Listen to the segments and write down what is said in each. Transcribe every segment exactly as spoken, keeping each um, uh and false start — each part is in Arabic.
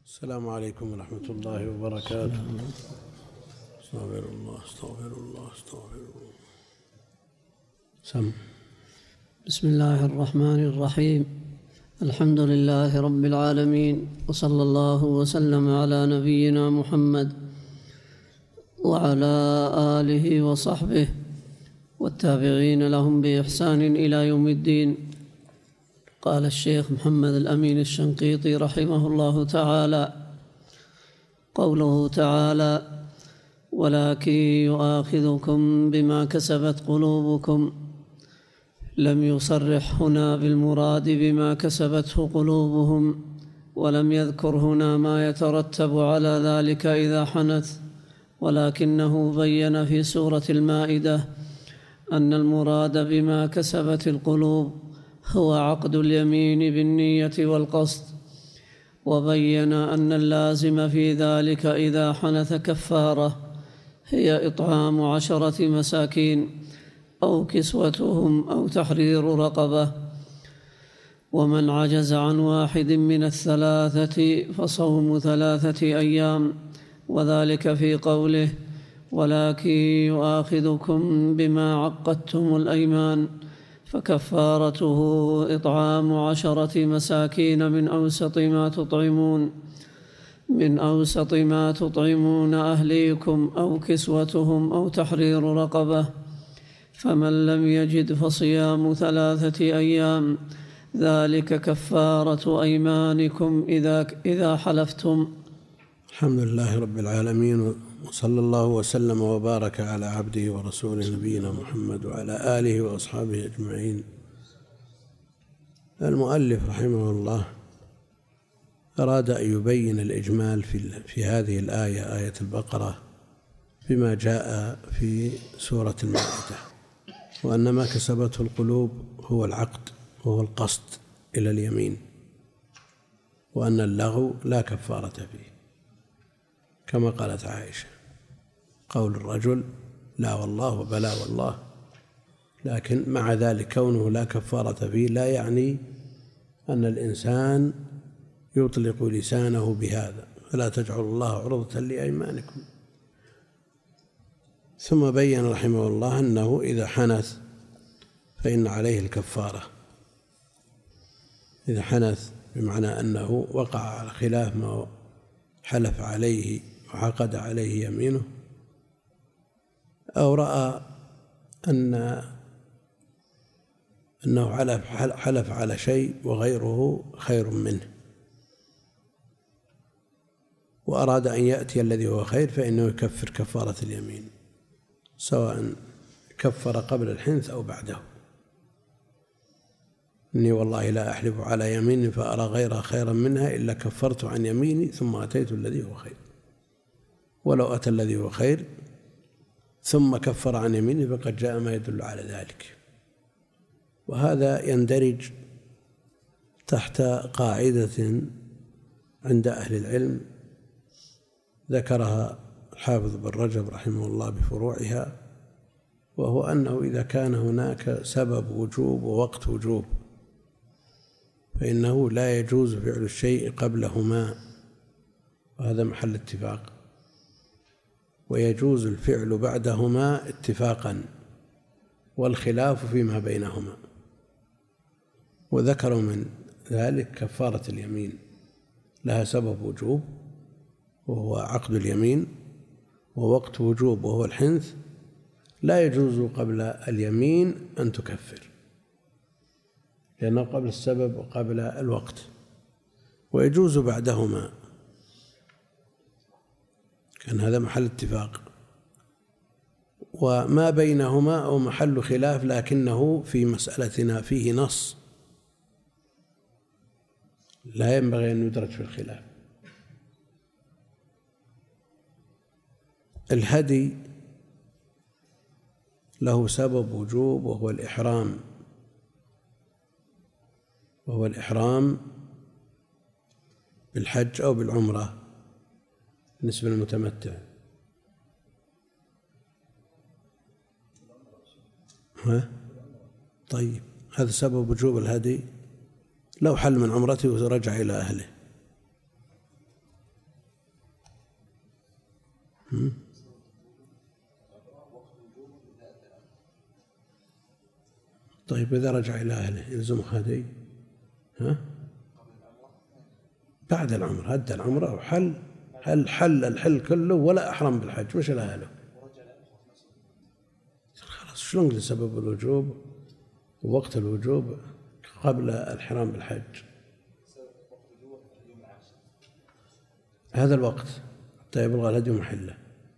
السلام عليكم ورحمة الله وبركاته. استغفر الله استغفر الله استغفر الله. سم. بسم الله الرحمن الرحيم. الحمد لله رب العالمين، وصلى الله وسلم على نبينا محمد وعلى آله وصحبه والتابعين لهم بإحسان إلى يوم الدين. قال الشيخ محمد الأمين الشنقيطي رحمه الله تعالى: قوله تعالى: ولكن يؤاخذكم بما كسبت قلوبكم، لم يصرح هنا بالمراد بما كسبته قلوبهم، ولم يذكر هنا ما يترتب على ذلك إذا حنث، ولكنه بين في سورة المائدة أن المراد بما كسبت القلوب هو عقد اليمين بالنية والقصد، وبين أن اللازم في ذلك إذا حنث كفارة هي إطعام عشرة مساكين أو كسوتهم أو تحرير رقبة، ومن عجز عن واحد من الثلاثة فصوم ثلاثة أيام، وذلك في قوله: ولكن يؤاخذكم بما عقدتم الأيمان، فكفارته إطعام عشرة مساكين من أوسط ما تطعمون من أوسط ما تطعمون أهليكم أو كسوتهم أو تحرير رقبة، فمن لم يجد فصيام ثلاثة أيام، ذلك كفارة أيمانكم إذا إذا حلفتم. الحمد لله رب العالمين، وصلى الله وسلم وبارك على عبده ورسوله نبينا محمد وعلى آله وأصحابه أجمعين. المؤلف رحمه الله أراد أن يبين الإجمال في في هذه الآية، آية البقرة، بما جاء في سورة المائدة، وأن ما كسبته القلوب هو العقد وهو القصد إلى اليمين، وأن اللغو لا كفارة فيه، كما قالت عائشة: قول الرجل لا والله وبلا والله، لكن مع ذلك كونه لا كفارة فيه لا يعني أن الإنسان يطلق لسانه بهذا، فلا تجعلوا الله عرضة لأيمانكم. ثم بين رحمه الله أنه إذا حنث فإن عليه الكفارة، إذا حنث بمعنى أنه وقع على خلاف ما حلف عليه وعقد عليه يمينه، أو رأى أن أنه حلف على شيء وغيره خير منه، وأراد أن يأتي الذي هو خير، فإنه يكفر كفارة اليمين، سواء كفر قبل الحنث أو بعده. إني والله لا أحلف على يمين فأرى غيرها خيرا منها إلا كفرت عن يميني ثم أتيت الذي هو خير. ولو أتى الذي هو خير ثم كفر عن يمينه فقد جاء ما يدل على ذلك. وهذا يندرج تحت قاعدة عند أهل العلم ذكرها الحافظ بن رجب رحمه الله بفروعها، وهو أنه إذا كان هناك سبب وجوب ووقت وجوب فإنه لا يجوز فعل الشيء قبلهما، وهذا محل اتفاق، ويجوز الفعل بعدهما اتفاقا، والخلاف فيما بينهما. وذكروا من ذلك كفارة اليمين، لها سبب وجوب وهو عقد اليمين، ووقت وجوب وهو الحنث، لا يجوز قبل اليمين أن تكفر، لأنه قبل السبب وقبل الوقت، ويجوز بعدهما، كان هذا محل اتفاق. وما بينهما أو محل خلاف، لكنه في مسألتنا فيه نص لا ينبغي أن يدرج في الخلاف. الهدي له سبب وجوب وهو الإحرام، وهو الإحرام بالحج أو بالعمرة بالنسبة للمتمتع. ها؟ طيب، هذا سبب وجوب الهدي. لو حل من عمرته ورجع إلى أهله طيب إذا رجع إلى أهله يلزم هدي؟ ها؟ بعد العمر هد العمرة وحل هل حل الحل كله ولا أحرم بالحج مش لأهله. خلاص شلون لسبب الوجوب ووقت الوجوب قبل الحرام بالحج؟ هذا الوقت حتى يبلغ الهدي محله.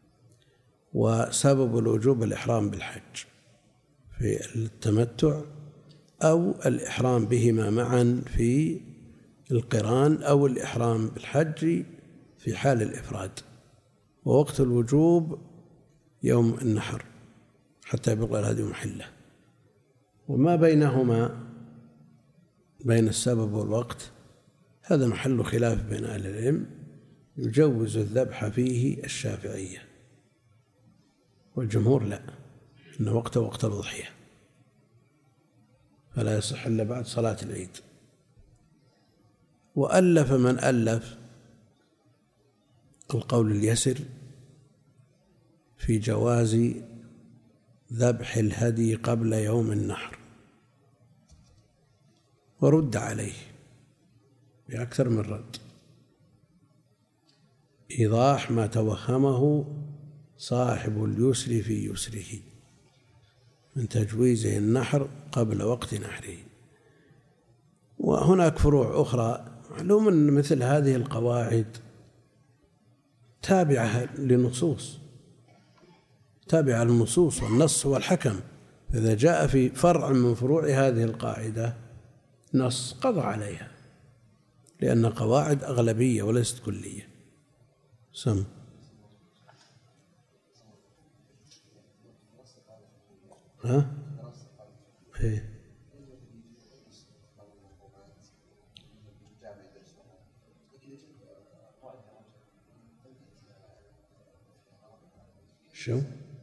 وسبب الوجوب الإحرام بالحج في التمتع أو الإحرام بهما معا في القران أو الإحرام بالحج في حال الإفراد. ووقت الوجوب يوم النحر حتى يبلغ الهدي محله. وما بينهما بين السبب والوقت هذا محل خلاف بين أهل العلم. يجوز الذبح فيه الشافعية والجمهور لا، إن وقته وقت الأضحية فلا يصح إلا بعد صلاة العيد. وألف من ألف القول اليسر في جواز ذبح الهدي قبل يوم النحر، ورد عليه بأكثر من رد، إيضاح ما توهمه صاحب اليسر في يسره من تجويزه النحر قبل وقت نحره. وهناك فروع أخرى. معلوم أن مثل هذه القواعد تابعة لنصوص، تابعة للنصوص، والنص هو الحكم. إذا جاء في فرع من فروع هذه القاعدة نص قضى عليها، لأن قواعد أغلبية وليست كلية. سم ها؟ إيه؟ شو؟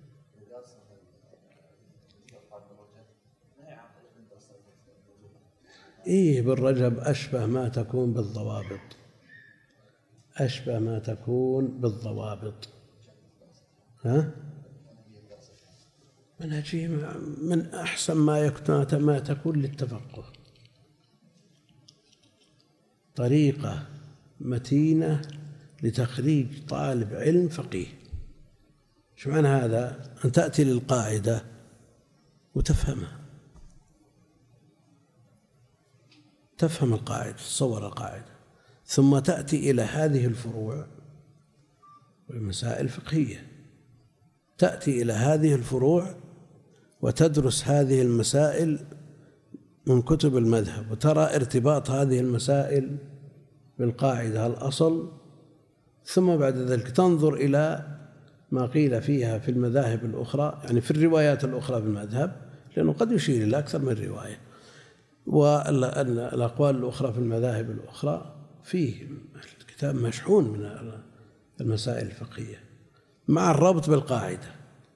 إيه بالرجب أشبه ما تكون بالضوابط، أشبه ما تكون بالضوابط. ها؟ منهجية من أحسن ما يكون ما تكون للتفقه، طريقة متينة لتخريج طالب علم فقيه. شو معنى هذا؟ أن تأتي للقاعدة وتفهمها، تفهم القاعدة، تصور القاعدة، ثم تأتي إلى هذه الفروع والمسائل الفقهية، تأتي إلى هذه الفروع وتدرس هذه المسائل من كتب المذهب، وترى ارتباط هذه المسائل بالقاعدة الأصل، ثم بعد ذلك تنظر إلى ما قيل فيها في المذاهب الأخرى، يعني في الروايات الأخرى بالمذهب، لأنه قد يشير إلى أكثر من رواية، والأقوال الأخرى في المذاهب الأخرى. فيه الكتاب مشحون من المسائل الفقهية مع الربط بالقاعدة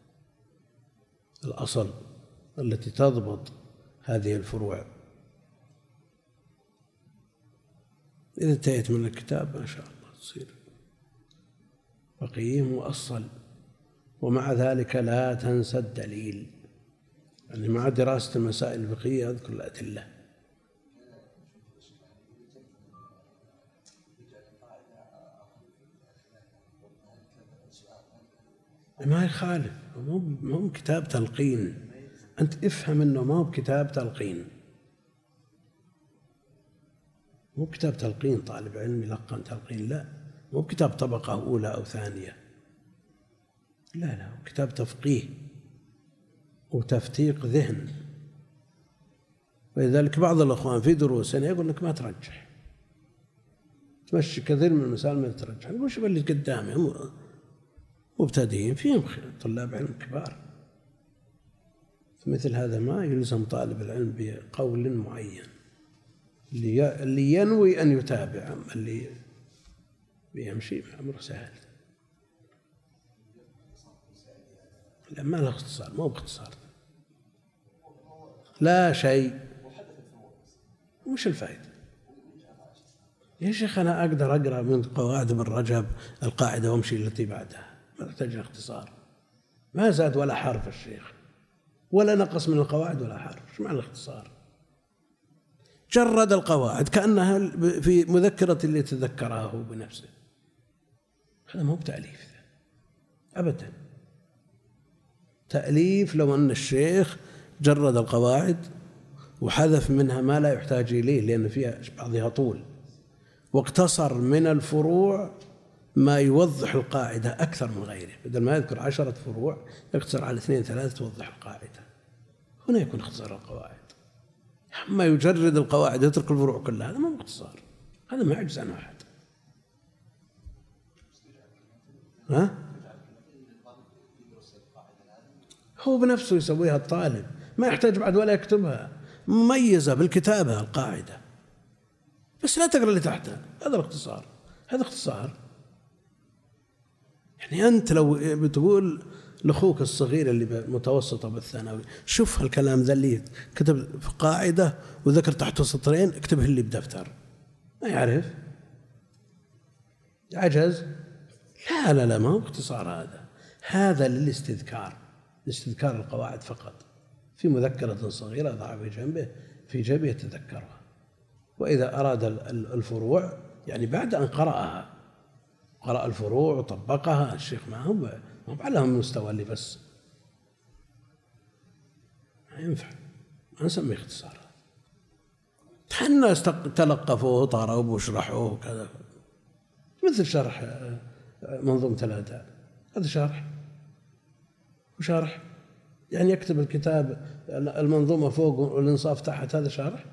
الأصل التي تضبط هذه الفروع. إذا انتهيت من الكتاب ما شاء الله تصير فقيه مؤصل. ومع ذلك لا تنسى الدليل، يعني مع دراسة المسائل الفقهية اذكر الأدلة. ما يخالف، مو مو كتاب تلقين، أنت افهم أنه ما هو بكتاب تلقين، مو كتاب تلقين طالب علم يلقن تلقين، لا، مو كتاب طبقة أولى أو ثانية، لا لا، كتاب تفقيه وتفتيق ذهن. ولذلك بعض الأخوان في دروسنا يقول لك ما ترجح، تمشي كثير من المسائل ما ترجح. نقول شوف اللي قدامي مبتدئين فيهم طلاب علم كبار، مثل هذا ما يلزم طالب العلم بقول معين اللي ينوي أن يتابع، أما اللي بيمشي أمره سهل. لا ما له اختصار، مو باختصار، لا شيء. وش الفائدة يا شيخ؟ أنا أقدر أقرأ من قواعد ابن رجب القاعدة وأمشي التي بعدها، يحتاج اختصار. ما زاد ولا حرف الشيخ، ولا نقص من القواعد ولا حرف. ايش معنى الاختصار؟ جرد القواعد كأنها في مذكرة اللي تذكرها هو بنفسه. هذا ما هو بتأليف أبدا. تأليف لو أن الشيخ جرد القواعد وحذف منها ما لا يحتاج إليه لأن فيها بعضها طول، واقتصر من الفروع ما يوضح القاعدة أكثر من غيره، بدل ما يذكر عشرة فروع يقتصر على اثنين ثلاثة توضح القاعدة. هنا يكون اختصار القواعد. أما يجرد القواعد يترك الفروع كلها، هذا ما هو اختصار، هذا ما يعجز عن أحد. ها؟ هو بنفسه يسويها الطالب، ما يحتاج بعد ولا يكتبها، مميزة بالكتابة القاعدة، بس لا تقرأ اللي تحتها. هذا الاختصار، هذا اختصار. يعني أنت لو بتقول لأخوك الصغير اللي متوسطة بالثانوي شوف هالكلام ذا اللي كتب في قاعدة وذكر تحته سطرين اكتبه اللي بدفتر، ما يعرف، عجز. لا لا لا، ما هو اختصار هذا، هذا للاستذكار، لاستذكار القواعد فقط، في مذكرة صغيرة ضعها في جنبه في جيبه يتذكرها. وإذا أراد الفروع يعني بعد أن قرأها، قرأ الفروع وطبقها الشيخ، ما هو ما هو على المستوى اللي بس ما ينفع، ما نسميه اختصار. الناس تلقفوه وطاروه وشرحوه وكذا، مثل شرح منظومة الأداء، هذا شرح وشرح، يعني يكتب الكتاب المنظومة فوق والإنصاف تحت، هذا شرح.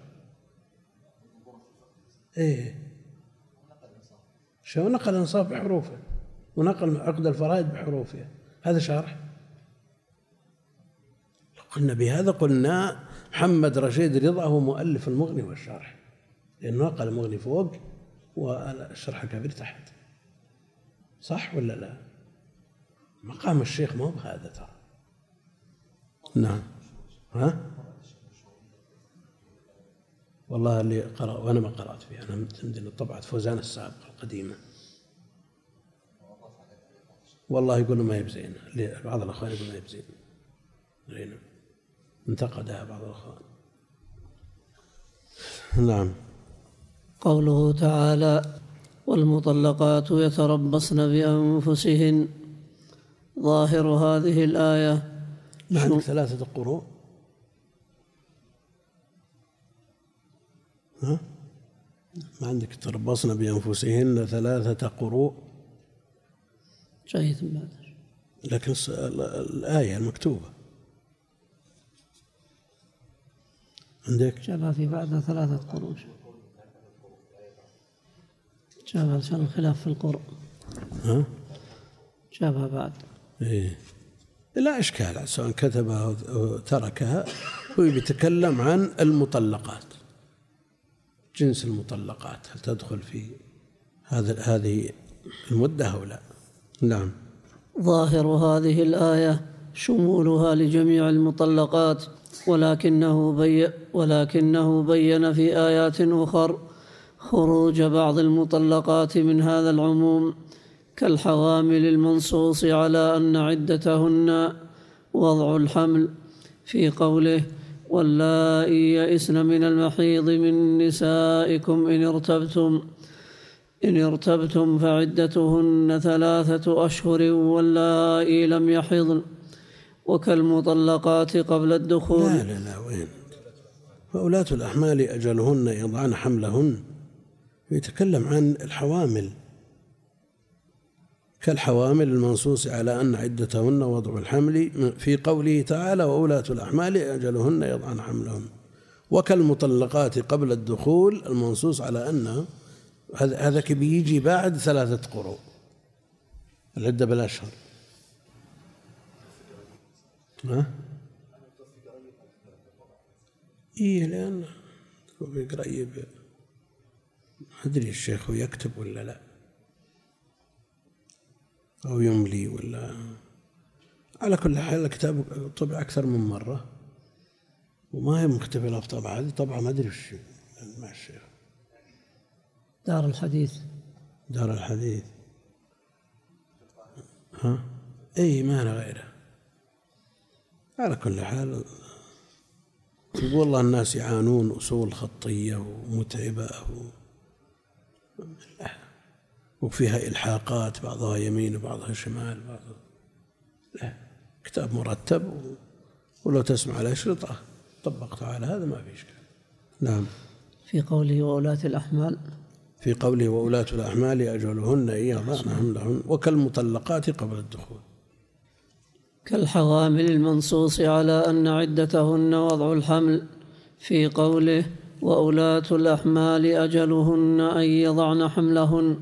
إيه، شو نقل الإنصاف بحروفه ونقل عقد الفرائض بحروفها، هذا شرح. قلنا بهذا قلنا محمد رشيد رضا هو مؤلف المغني والشرح، لأنه نقل المغني فوق والشرح الكبير تحت، صح ولا لا؟ مقام الشيخ ما هو بهذا ترى. نعم. ها؟ والله اللي قرأ وأنا ما قرأت فيه، أنا عندنا طبعة فوزان السابقة القديمة، والله يقولوا ما يبزين، بعض الأخوان يقولوا ما يبزين، انتقدها بعض الأخوان. نعم. قوله تعالى: والمطلقات يتربصن بأنفسهن، ظاهر هذه الآية. ما عندك ثلاثة قروء؟ ها؟ ما عندك تربصن بأنفسهن ثلاثة قروء؟ جيد بعد، لكن الآية المكتوبة عندك جابها في بعدها ثلاثة قروء، جابها عشان الخلاف في القرء. ها؟ جابها بعد. إيه، لا إشكال سواء كتبها أو تركها، هو بيتكلم عن المطلقات، جنس المطلقات، هل تدخل في هذا هذه المدة أو لا؟ نعم. ظاهر هذه الآية شمولها لجميع المطلقات، ولكنه بي ولكنه بين في آيات أخر خروج بعض المطلقات من هذا العموم، كالحوامل المنصوص على أن عدتهن وضع الحمل، في قوله: واللائي يئسن من المحيض من نسائكم إن ارتبتم إن ارتبتم فعدتهن ثلاثة أشهر واللائي لم يحضن، وكالمطلقات قبل الدخول. لا لا لا، وين؟ وأولاة الأحمال أجلهن يضعن حملهن، يتكلم عن الحوامل، كالحوامل المنصوص على أن عدتهن وضع الحمل، في قوله تعالى: وأولاة الأحمال أجلهن يضعن حملهن، وكالمطلقات قبل الدخول المنصوص على أن هذا بيجي بعد ثلاثة قروء، العدة بالأشهر. ها؟ إيه، لأن قريب أدري الشيخ يكتب ولا لا، أو يملي ولا، على كل حال الكتاب طبع أكثر من مرة وما هي مختبرة في طبعة، هذه طبعة ما أدري وش مع الشيخ. دار الحديث. دار الحديث. ها؟ أي ما أنا غيره. على كل حال والله الناس يعانون أصول خطية ومتعبة وفيها إلحاقات، بعضها يمين وبعضها شمال، بعضها لا، كتاب مرتب، ولو تسمع الأشرطة طبقته على هذا ما في إشكال. نعم. في قوله وولاة الأحمال، في قوله وولاة الأحمال أجلهن أن يضعن حملهن وكالمطلقات قبل الدخول، كالحوامل المنصوص على أن عدتهن وضع الحمل في قوله وأولاة الأحمال أجلهن أن يضعن حملهن،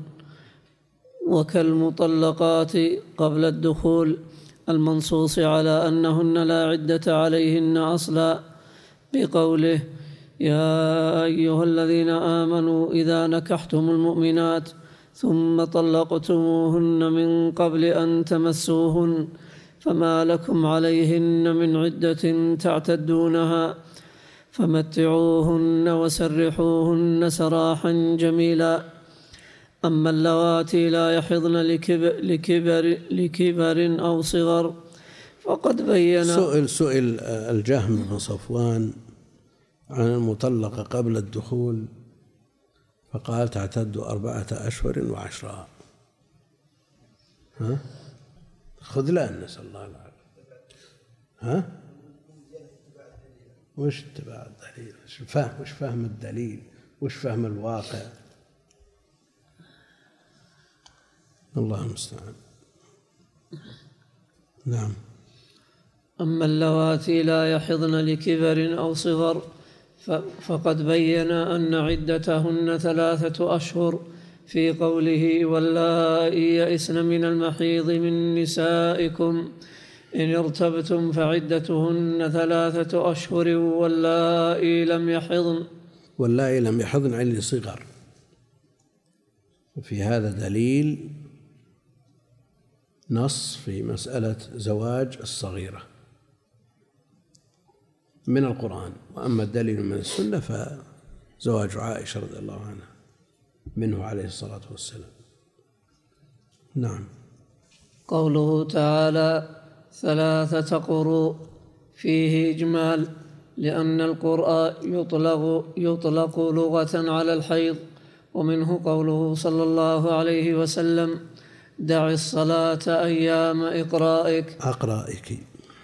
وكالمطلقات قبل الدخول المنصوص على أنهن لا عدة عليهن أصلا بقوله يا أيها الذين آمنوا إذا نكحتم المؤمنات ثم طلقتموهن من قبل أن تمسوهن فما لكم عليهن من عدة تعتدونها فمتعوهن وسرحوهن سراحا جميلا. أما اللواتي لا يحضن لكبر, لكبر, لكبر أو صغر فقد بين. سئل سئل الجهم بن صفوان عن المطلقة قبل الدخول فقال تعتد أربعة أشهر وعشرة. ها؟ خذلان، نسأل الله العافية. ها؟ وش اتباع الدليل؟ وش فهم وش فهم الدليل؟ وش فهم الواقع؟ الله المستعان. نعم. أما اللواتي لا يحضن لكبر أو صغر فقد بين أن عدتهن ثلاثة أشهر في قوله واللائي يئسن من المحيض من نسائكم إن ارتبتم فعدتهن ثلاثة أشهر واللائي لم يحضن. واللائي لم يحضن عن صغر، وفي هذا دليل نص في مسألة زواج الصغيرة من القرآن. وأما الدليل من السنة فزواج عائشة رضي الله عنها منه عليه الصلاة والسلام. نعم. قوله تعالى ثلاثة قروء فيه إجمال لأن القرء يطلق, يطلق لغة على الحيض، ومنه قوله صلى الله عليه وسلم دع الصلاة أيام إقرائك أقرائك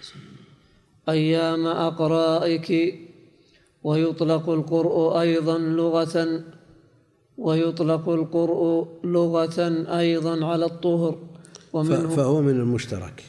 أيام أقرائك. ويطلق القرء أيضا لغة ويطلق القرء لغة أيضا على الطهر، ومنه فهو من المشترك.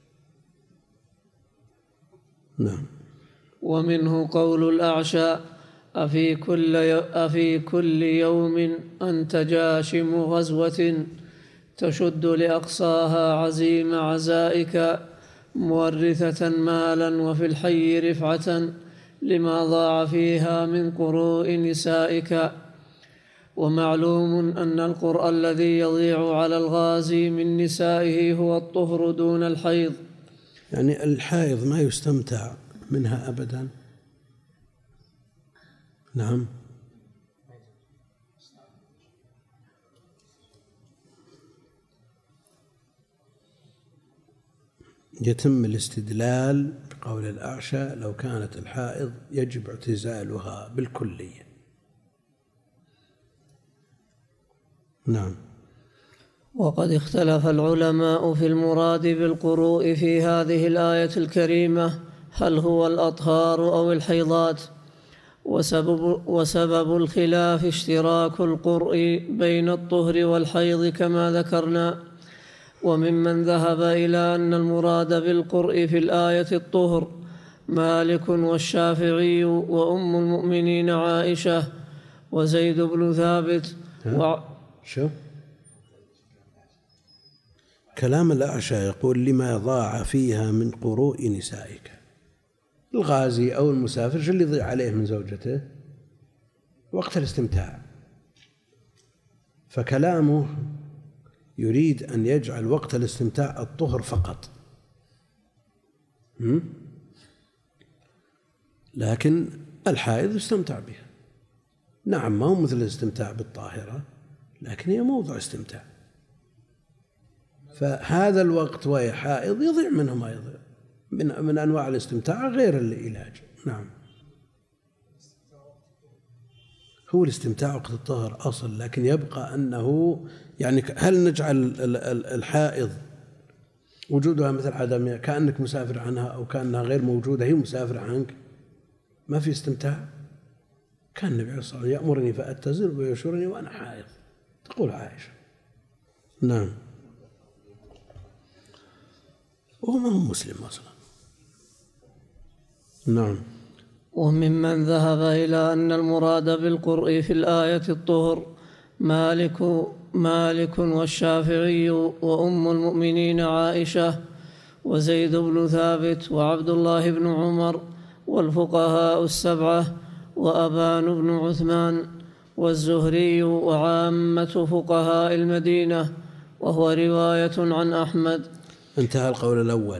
نعم. ومنه قول الأعشى أفي كل, أفي كل يوم أنت جاشم غزوة تشد لأقصاها عزيم عزائك مورثة مالا وفي الحي رفعة لما ضاع فيها من قروء نسائك. ومعلوم أن القرء الذي يضيع على الغازي من نسائه هو الطهر دون الحيض. يعني الحائض ما يستمتع منها أبدا. نعم. يتم الاستدلال بقول الأعشى لو كانت الحائض يجب اعتزالها بالكلية. نعم. وقد اختلف العلماء في المراد بالقروء في هذه الآية الكريمة هل هو الأطهار أو الحيضات، وسبب, وسبب الخلاف اشتراك القرء بين الطهر والحيض كما ذكرنا. وممن ذهب إلى أن المراد بالقرء في الآية الطهر مالك والشافعي وأم المؤمنين عائشة وزيد بن ثابت و... شو كلام الأعشى يقول لما ضاع فيها من قروء نسائك. الغازي أو المسافر شو اللي يضيع عليه من زوجته؟ وقت الاستمتاع. فكلامه يريد أن يجعل وقت الاستمتاع الطهر فقط، لكن الحائض يستمتع بها. نعم ما هو مثل الاستمتاع بالطاهرة، لكن هي موضع استمتاع. فهذا الوقت وهي حائض يضيع منه ما يضيع من, من أنواع الاستمتاع غير العلاج. نعم، هو الاستمتاع وقت الطهر أصل، لكن يبقى أنه يعني هل نجعل الحائض وجودها مثل عدمها كأنك مسافر عنها أو كأنها غير موجودة هي مسافر عنك ما في استمتاع؟ كان النبي صلى الله عليه وسلم يأمرني فأتزل ويشورني وأنا حائض، تقول عائشة. نعم، وهو ما هو مسلم أصلا. نعم. وممن ذهب إلى أن المراد بالقرء في الآية الطهر مالك مالك والشافعي وأم المؤمنين عائشة وزيد بن ثابت وعبد الله بن عمر والفقهاء السبعة وأبان بن عثمان والزهري وعامة فقهاء المدينة، وهو رواية عن أحمد. انتهى القول الأول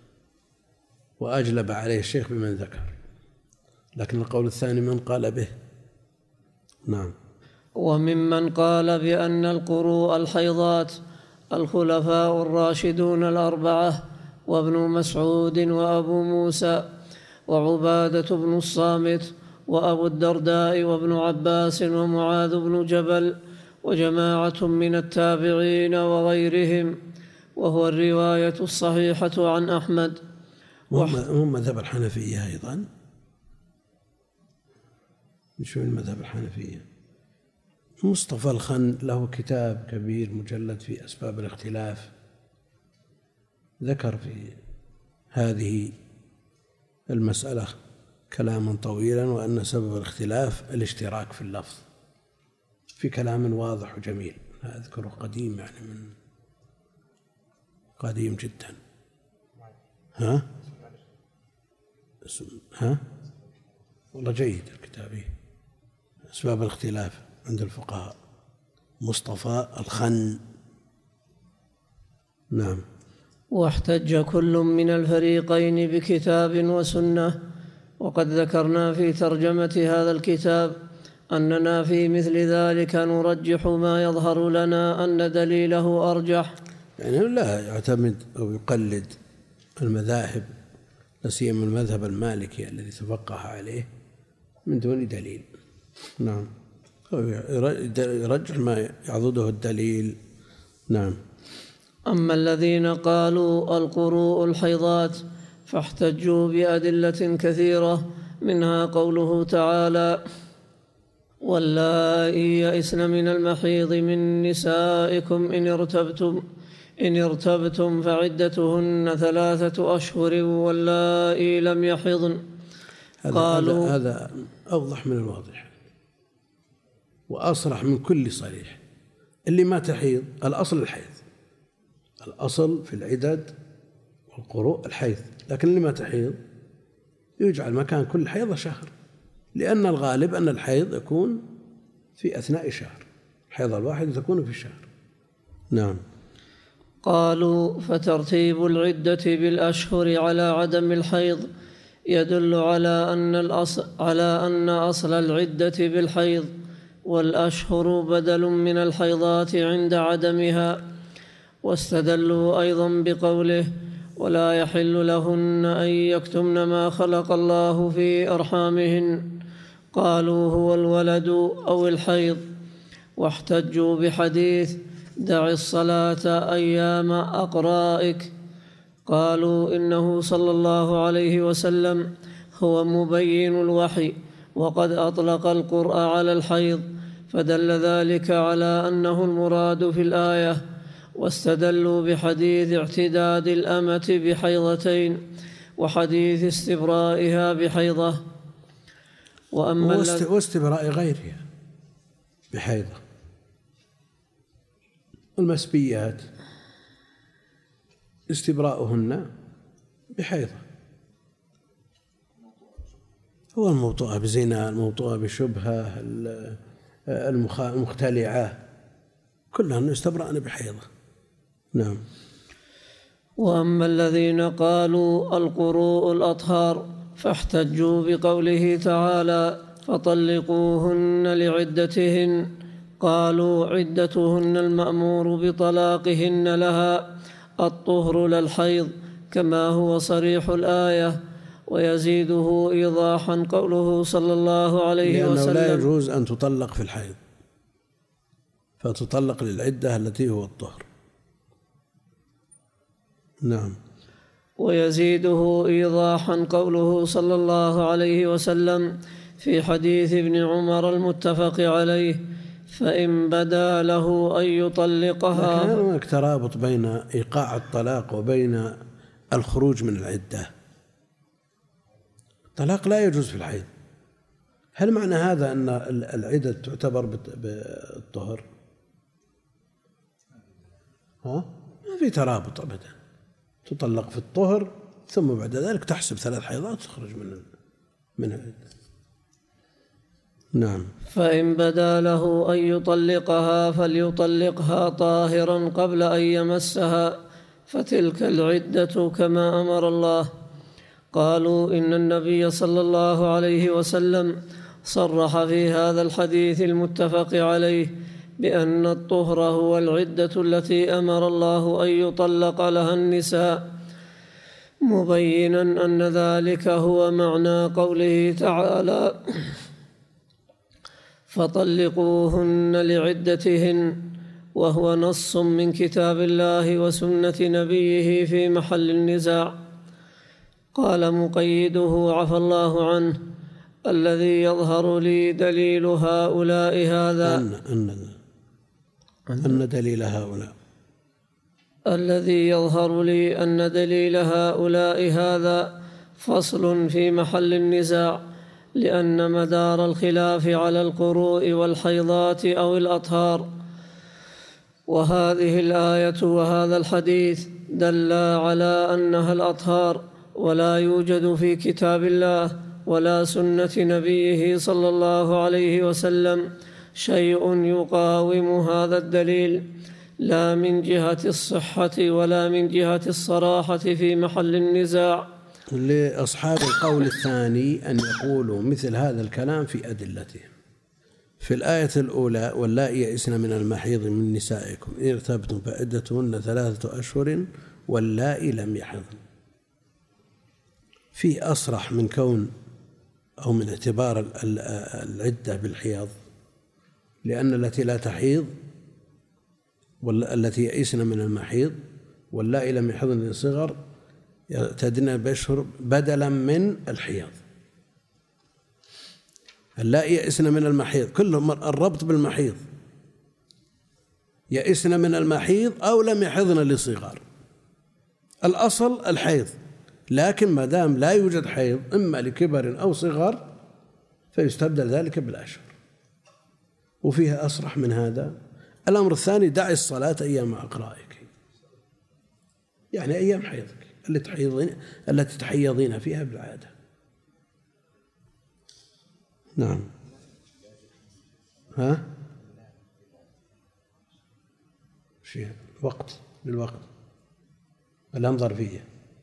وأجلب عليه الشيخ بمن ذكر، لكن القول الثاني من قال به. نعم. وممن قال بأن القروء الحيضات الخلفاء الراشدون الأربعة وابن مسعود وأبو موسى وعبادة بن الصامت وأبو الدرداء وابن عباس ومعاذ بن جبل وجماعة من التابعين وغيرهم، وهو الرواية الصحيحة عن أحمد. هم مذهب الحنفية أيضا. شو المذهب الحنفية؟ مصطفى الخن له كتاب كبير مجلد في أسباب الاختلاف، ذكر في هذه المسألة كلاما طويلا، وأن سبب الاختلاف الاشتراك في اللفظ، في كلام واضح وجميل. أذكره قديم، يعني من قديم جدا. ها ها والله جيد الكتاب، أسباب الاختلاف عند الفقهاء، مصطفى الخن. نعم. واحتج كل من الفريقين بكتاب وسنة، وقد ذكرنا في ترجمة هذا الكتاب أننا في مثل ذلك نرجح ما يظهر لنا أن دليله أرجح، يعني لا يعتمد أو يقلد المذاهب، لا سيما المذهب المالكي الذي تفقه عليه من دون دليل. نعم، يرجح ما يعضده الدليل. نعم. أما الذين قالوا القروء الحيضات فاحتجوا بأدلة كثيرة، منها قوله تعالى: واللائي يئسن من المحيض من نسائكم إن ارتبتم إن ارتبتم فعدتهن ثلاثة أشهر واللائي لم يحضن. قالوا هذا أوضح من الواضح وأصرح من كل صريح. اللي ما تحيض الأصل الحيض، الأصل في العدد والقروء الحيض، لكن اللي ما تحيض يجعل مكان كل حيضة شهر، لأن الغالب أن الحيض يكون في أثناء شهر، الحيضة الواحدة تكون في شهر. نعم. قالوا فترتيب العدة بالأشهر على عدم الحيض يدل على أن الأصل على أن أصل العدة بالحيض، والأشهر بدل من الحيضات عند عدمها. واستدلوا أيضا بقوله: ولا يحل لهن أن يكتمن ما خلق الله في أرحامهن، قالوا هو الولد أو الحيض. واحتجوا بحديث: دع الصلاة أيام أقرائك، قالوا إنه صلى الله عليه وسلم هو مبين الوحي، وقد أطلق القرء على الحيض، فدل ذلك على أنه المراد في الآية. واستدلوا بحديث اعتداد الأمة بحيضتين وحديث استبرائها بحيضة. وأما واستبراء غيرها بحيضة، المسبيات استبراؤهن بحيضة، هو الموطوءة بزنا، الموطوءة بشبهة، المختلعة، كلهن يستبرأن بحيضة. نعم. وأما الذين قالوا القروء الأطهار فاحتجوا بقوله تعالى: فطلقوهن لعدتهن، قالوا عدتهن المأمور بطلاقهن لها الطهر لا الحيض كما هو صريح الآية. ويزيده إيضاحا قوله صلى الله عليه لأنه وسلم لا يجوز أن تطلق في الحيض، فتطلق للعدة التي هو الطهر. نعم. ويزيده إيضاحا قوله صلى الله عليه وسلم في حديث ابن عمر المتفق عليه: فإن بدا له أن يطلقها. لكن هناك ترابط بين إيقاع الطلاق وبين الخروج من العدة. الطلاق لا يجوز في الحيض. هل معنى هذا أن العدة تعتبر بالطهر؟ ها؟ ما في ترابط أبدا. تطلق في الطهر ثم بعد ذلك تحسب ثلاث حيضات تخرج من من العدة. نعم. فإن بدا له أن يطلقها فليطلقها طاهرا قبل أن يمسها، فتلك العدة كما أمر الله. قالوا إن النبي صلى الله عليه وسلم صرح في هذا الحديث المتفق عليه بأن الطهر هو العدة التي أمر الله أن يطلق لها النساء، مبينا أن ذلك هو معنى قوله تعالى: فطلقوهن لعدتهن، وهو نص من كتاب الله وسنة نبيه في محل النزاع. قال مقيده عفى الله عنه: الذي يظهر لي دليل هؤلاء هذا أن, أن, أن دليل هؤلاء الذي يظهر لي أن دليل هؤلاء هذا فصل في محل النزاع، لأن مدار الخلاف على القروء والحيضات أو الأطهار، وهذه الآية وهذا الحديث دلا على أنها الأطهار، ولا يوجد في كتاب الله ولا سنة نبيه صلى الله عليه وسلم شيء يقاوم هذا الدليل، لا من جهة الصحة ولا من جهة الصراحة في محل النزاع. لأصحاب القول الثاني أن يقولوا مثل هذا الكلام في أدلتهم. في الآية الأولى: واللائي يئسن من المحيض من نسائكم إن ارتبتم فعدتهن ثلاثة أشهر واللائي لم يحضن. في أصرح من كون أو من اعتبار العدة بالحيض، لأن التي لا تحيض والتي يئسن من المحيض واللائي لم يحضن للصغر يعتدن بأشهر بدلا من الحيض. اللائي يئسن من المحيض، كل الربط بالمحيض، يئسن من المحيض أو لم يحضن للصغار. الأصل الحيض، لكن ما دام لا يوجد حيض إما لكبر أو صغر فيستبدل ذلك بالأشهر. وفيها أصرح من هذا. الأمر الثاني: دعي الصلاة أيام أقرائك، يعني أيام حيضك التي تحيضين التي تحيضين فيها بالعادة. نعم. ها؟ شيء وقت للوقت، الأمر ظرفية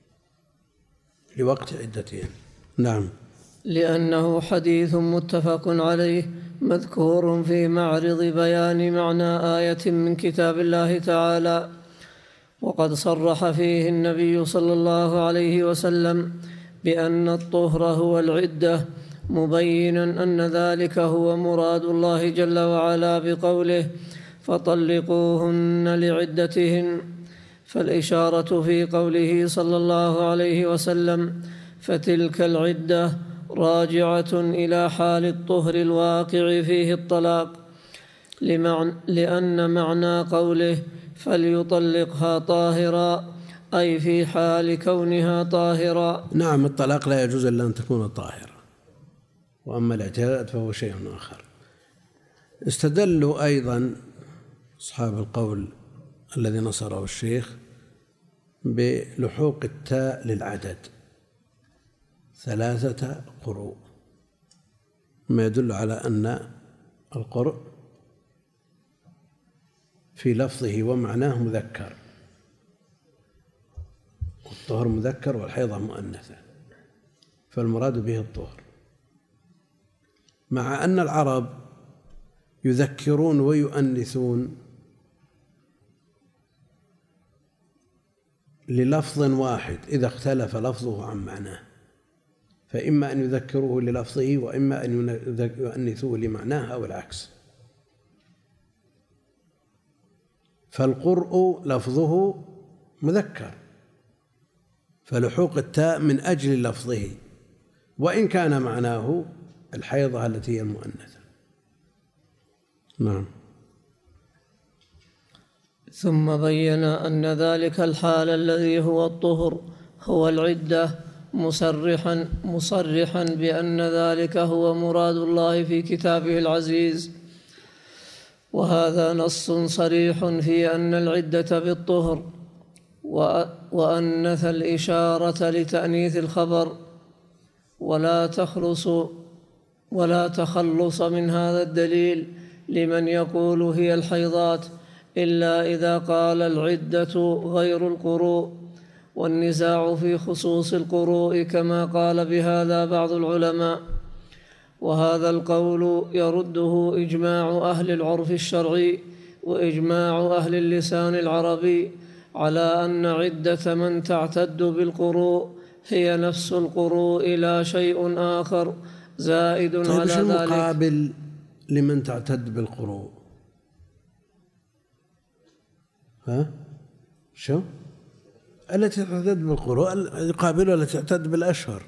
لوقت عدتين. نعم. لأنه حديث متفق عليه مذكور في معرض بيان معنى آية من كتاب الله تعالى، وقد صرح فيه النبي صلى الله عليه وسلم بأن الطهر هو العدة، مبينا أن ذلك هو مراد الله جل وعلا بقوله: فطلقوهن لعدتهن. فالإشارة في قوله صلى الله عليه وسلم فتلك العدة راجعة إلى حال الطهر الواقع فيه الطلاق، لأن معنى قوله فليطلقها طاهرا أي في حال كونها طاهرا. نعم، الطلاق لا يجوز إلا أن تكون طاهرة، وأما الاعتداد فهو شيء آخر. استدلوا أيضا أصحاب القول الذي نصره الشيخ بلحوق التاء للعدد ثلاثة قروء، ما يدل على أن القرء في لفظه ومعناه مذكر، والطهر مذكر والحيضة مؤنثة، فالمراد به الطهر، مع أن العرب يذكرون ويؤنثون للفظ واحد إذا اختلف لفظه عن معناه، فإما أن يذكروه للفظه وإما أن يؤنثوه لمعناه أو العكس. فالقرء لفظه مذكر، فلحوق التاء من أجل لفظه، وإن كان معناه الحيضة التي هي المؤنثة. نعم. ثم بين أن ذلك الحال الذي هو الطهر هو العدة، مصرحا مصرحا بأن ذلك هو مراد الله في كتابه العزيز، وهذا نص صريح في أن العدة بالطهر، وأنث الإشارة لتأنيث الخبر، ولا تخلص ولا تخلص من هذا الدليل لمن يقول هي الحيضات إلا إذا قال العدة غير القروء، والنزاع في خصوص القروء كما قال بهذا بعض العلماء، وهذا القول يرده إجماع أهل العرف الشرعي وإجماع أهل اللسان العربي على أن عدة من تعتد بالقروء هي نفس القروء لا شيء آخر زائد طيب على ذلك. المقابل لمن تعتد بالقروء؟ ها؟ شو؟ التي تعتد بالقروء يقابلها التي تعتد بالأشهر،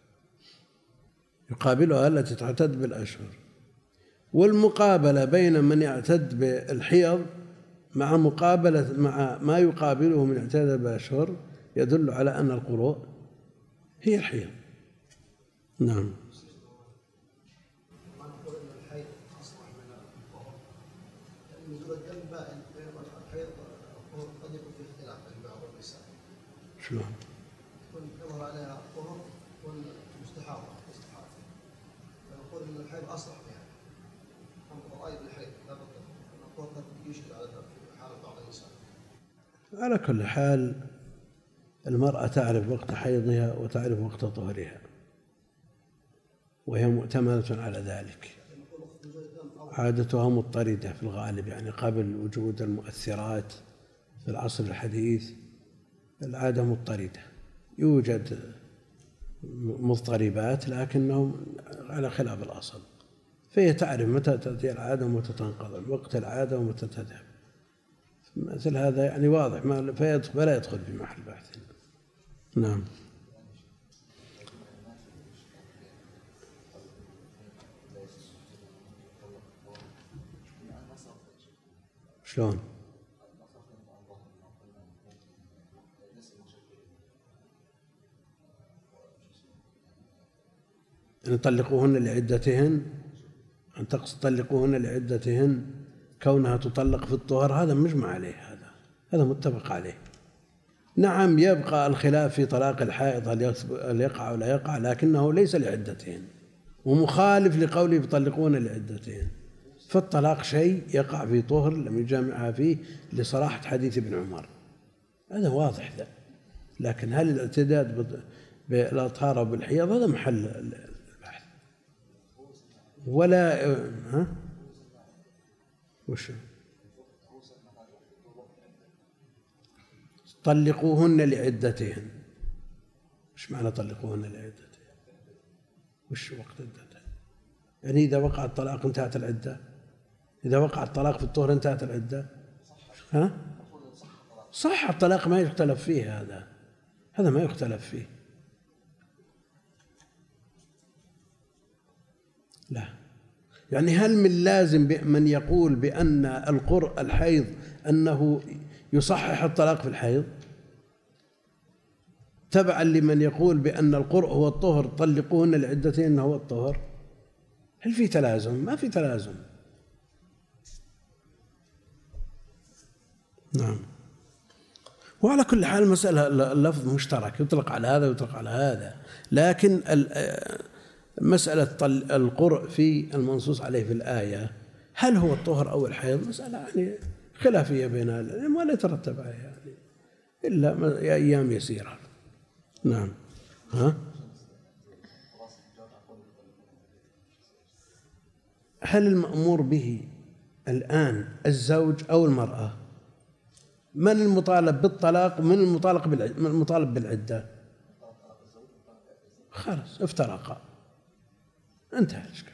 يقابلها التي تعتد بالأشهر. والمقابلة بين من يعتد بالحيض مع مقابلة مع ما يقابله من اعتداد بالأشهر يدل على أن القروء هي الحيض. نعم. شلون؟ يظهر عليها الطهر والمستحاضة مستحاضة، فنقول إن الحيض أصلح بها، هم رأي بالحيض لا بالطهر، الطهر قد يشكل على حالة بعض النساء. على كل حال المرأة تعرف وقت حيضها وتعرف وقت طهرها، وهي مؤتمنة على ذلك. عادتها مضطردة في الغالب، يعني قبل وجود المؤثرات في العصر الحديث العادة مضطردة، يوجد مضطربات لكنهم على خلاف الأصل، فهي تعرف متى تأتي العادة ومتى تنقضي، وقت العادة ومتى تذهب. مثل هذا يعني واضح، ما فلا يدخل في محل بحث. نعم. شلون؟ أن يطلقوهن لعدتهن، أن تقصد طلقوهن لعدتهن كونها تطلق في الطهر، هذا مجمع عليه، هذا هذا متفق عليه. نعم يبقى الخلاف في طلاق الحائض هل يقع أو لا يقع، لكنه ليس لعدتهن، ومخالف لقوله يطلقون لعدتهن. فالطلاق شيء يقع في طهر لم يجامعها فيه لصراحة حديث ابن عمر، هذا واضح ذا. لكن هل الاعتداد بالأطهار وبالحيض هذا محل البحث. ولا ها وش طلقوهن لعدتهن، وش معنى طلقوهن لعدتهن؟ وش وقت عدتهن؟ يعني إذا وقع الطلاق انتهت العدة، إذا وقع الطلاق في الطهر انتهت العدة. ها؟ صح الطلاق ما يختلف فيه، هذا هذا ما يختلف فيه. لا، يعني هل من لازم من يقول بأن القرء الحيض أنه يصحح الطلاق في الحيض تبعا لمن يقول بأن القرء هو الطهر طلقوهن لعدتهن هو الطهر؟ هل في تلازم؟ ما في تلازم. نعم. وعلى كل حال المسألة اللفظ مشترك، يطلق على هذا ويطلق على هذا، لكن مسألة القرء في المنصوص عليه في الآية هل هو الطهر أو الحيض مسألة يعني خلافية بين العلماء ولا يترتب عليها يعني إلا أيام يسيرة. نعم. ها؟ هل المأمور به الآن الزوج أو المرأة من المطالب بالطلاق ومن المطالب المطالب بالعدة؟ خلاص افترقا، انتهى الإشكال.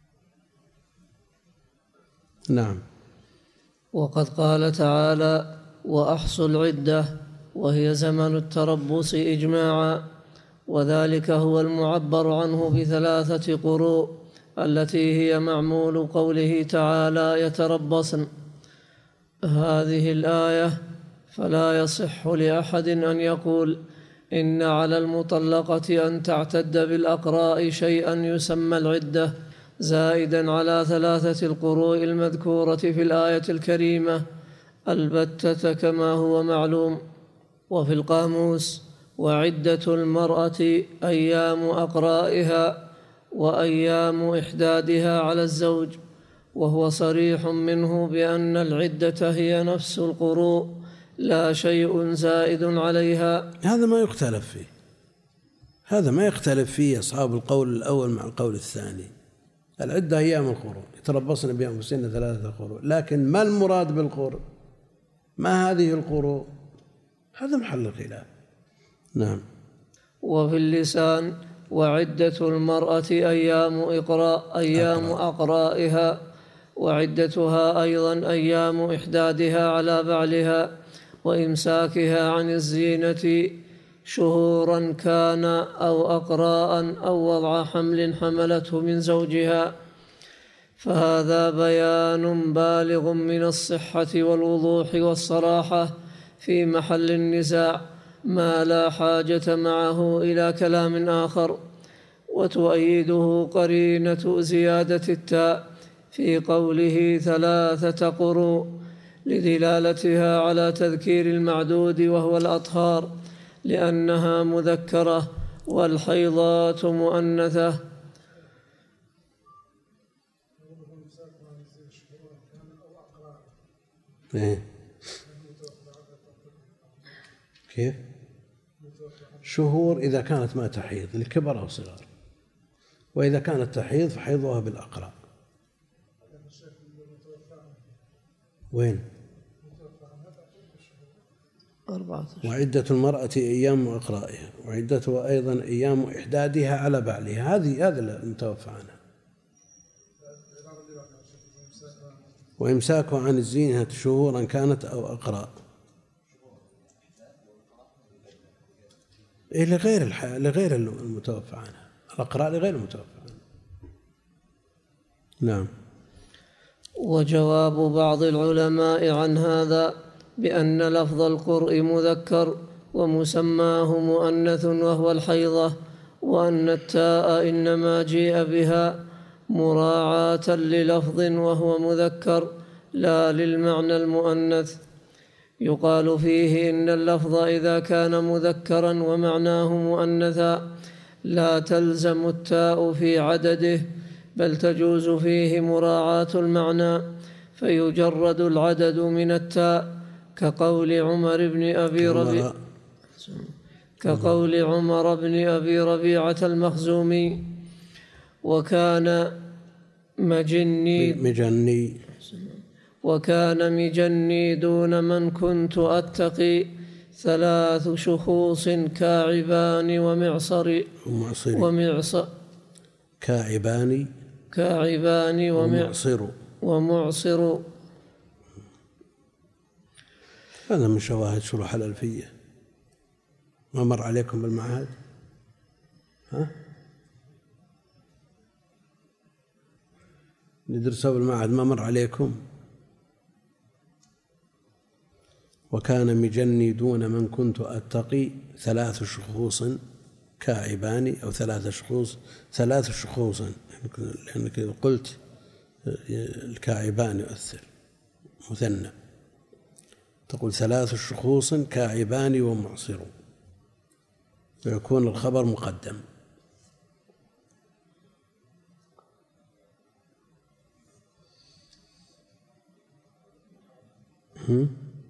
نعم. وقد قال تعالى: وأحصوا العدة، وهي زمن التربص إجماعا، وذلك هو المعبر عنه بثلاثة قروء التي هي معمول قوله تعالى: يتربصن. هذه الآية فلا يصح لأحد أن يقول إن على المطلقة أن تعتد بالأقراء شيئا يسمى العدة زائدا على ثلاثة القروء المذكورة في الآية الكريمة البتة كما هو معلوم. وفي القاموس: وعدة المرأة أيام أقرائها وأيام إحدادها على الزوج، وهو صريح منه بأن العدة هي نفس القروء لا شيء زائد عليها. هذا ما يختلف فيه، هذا ما يختلف فيه أصحاب القول الأول مع القول الثاني. العدة أيام القروء، يتربصن بأنفسهن ثلاثة قروء، لكن ما المراد بالقروء؟ ما هذه القروء؟ هذا محل الخلاف. نعم. وفي اللسان: وعدة المرأة أيام إقراء أيام أقرائها، وعدتها أيضا أيام إحدادها على بعلها وإمساكها عن الزينة شهورا كان أو أقراء أو وضع حمل حملته من زوجها. فهذا بيان بالغ من الصحة والوضوح والصراحة في محل النزاع، ما لا حاجة معه إلى كلام آخر. وتؤيده قرينة زيادة التاء في قوله ثلاثة قروء لدلالتها على تذكير المعدود وهو الأطهار، لأنها مذكرة والحيضات مؤنثة. كيف؟ شهور إذا كانت ما تحيض لكبر أو صغار، وإذا كانت تحيض فحيضها بالأقراء. وين؟ أربعة. وعدة المرأة أيام أقرائها، وعدتها أيضا أيام إحدادها على بعلها. هذه هذا المتوفى عنها. وإمساكه عن الزينة شهورا كانت أو أقراء، إيه لغير الح... لغير المتوفى عنها. الأقراء لغير المتوفى عنها. نعم. وجواب بعض العلماء عن هذا بأن لفظ القرء مذكر ومسماه مؤنث وهو الحيضة، وأن التاء إنما جيء بها مراعاة للفظ وهو مذكر لا للمعنى المؤنث. يقال فيه إن اللفظ إذا كان مذكرا ومعناه مؤنثا لا تلزم التاء في عدده، بل تجوز فيه مراعاة المعنى فيجرد العدد من التاء، كقول عمر بن أبي ربيعة كقول عمر بن أبي ربيعة المخزومي: وكان مجني مجني وكان مجني دون من كنت أتقي ثلاث شخوص كاعبان ومعصر ومعصر كاعبان كاعبان ومعصر ومعصر. هذا من شواهد شروح الألفية. ما مر عليكم بالمعهد؟ ها؟ ندرسوا بالمعهد ما مر عليكم؟ وكان مجني دون من كنت أتقي ثلاث شخوص كاعبان أو ثلاث شخوص ثلاث شخوص، لأنك قلت الكاعبان يؤثر مثنى، تقول ثلاث شخوص كاعبان ومعصر، ويكون الخبر مقدم. هم؟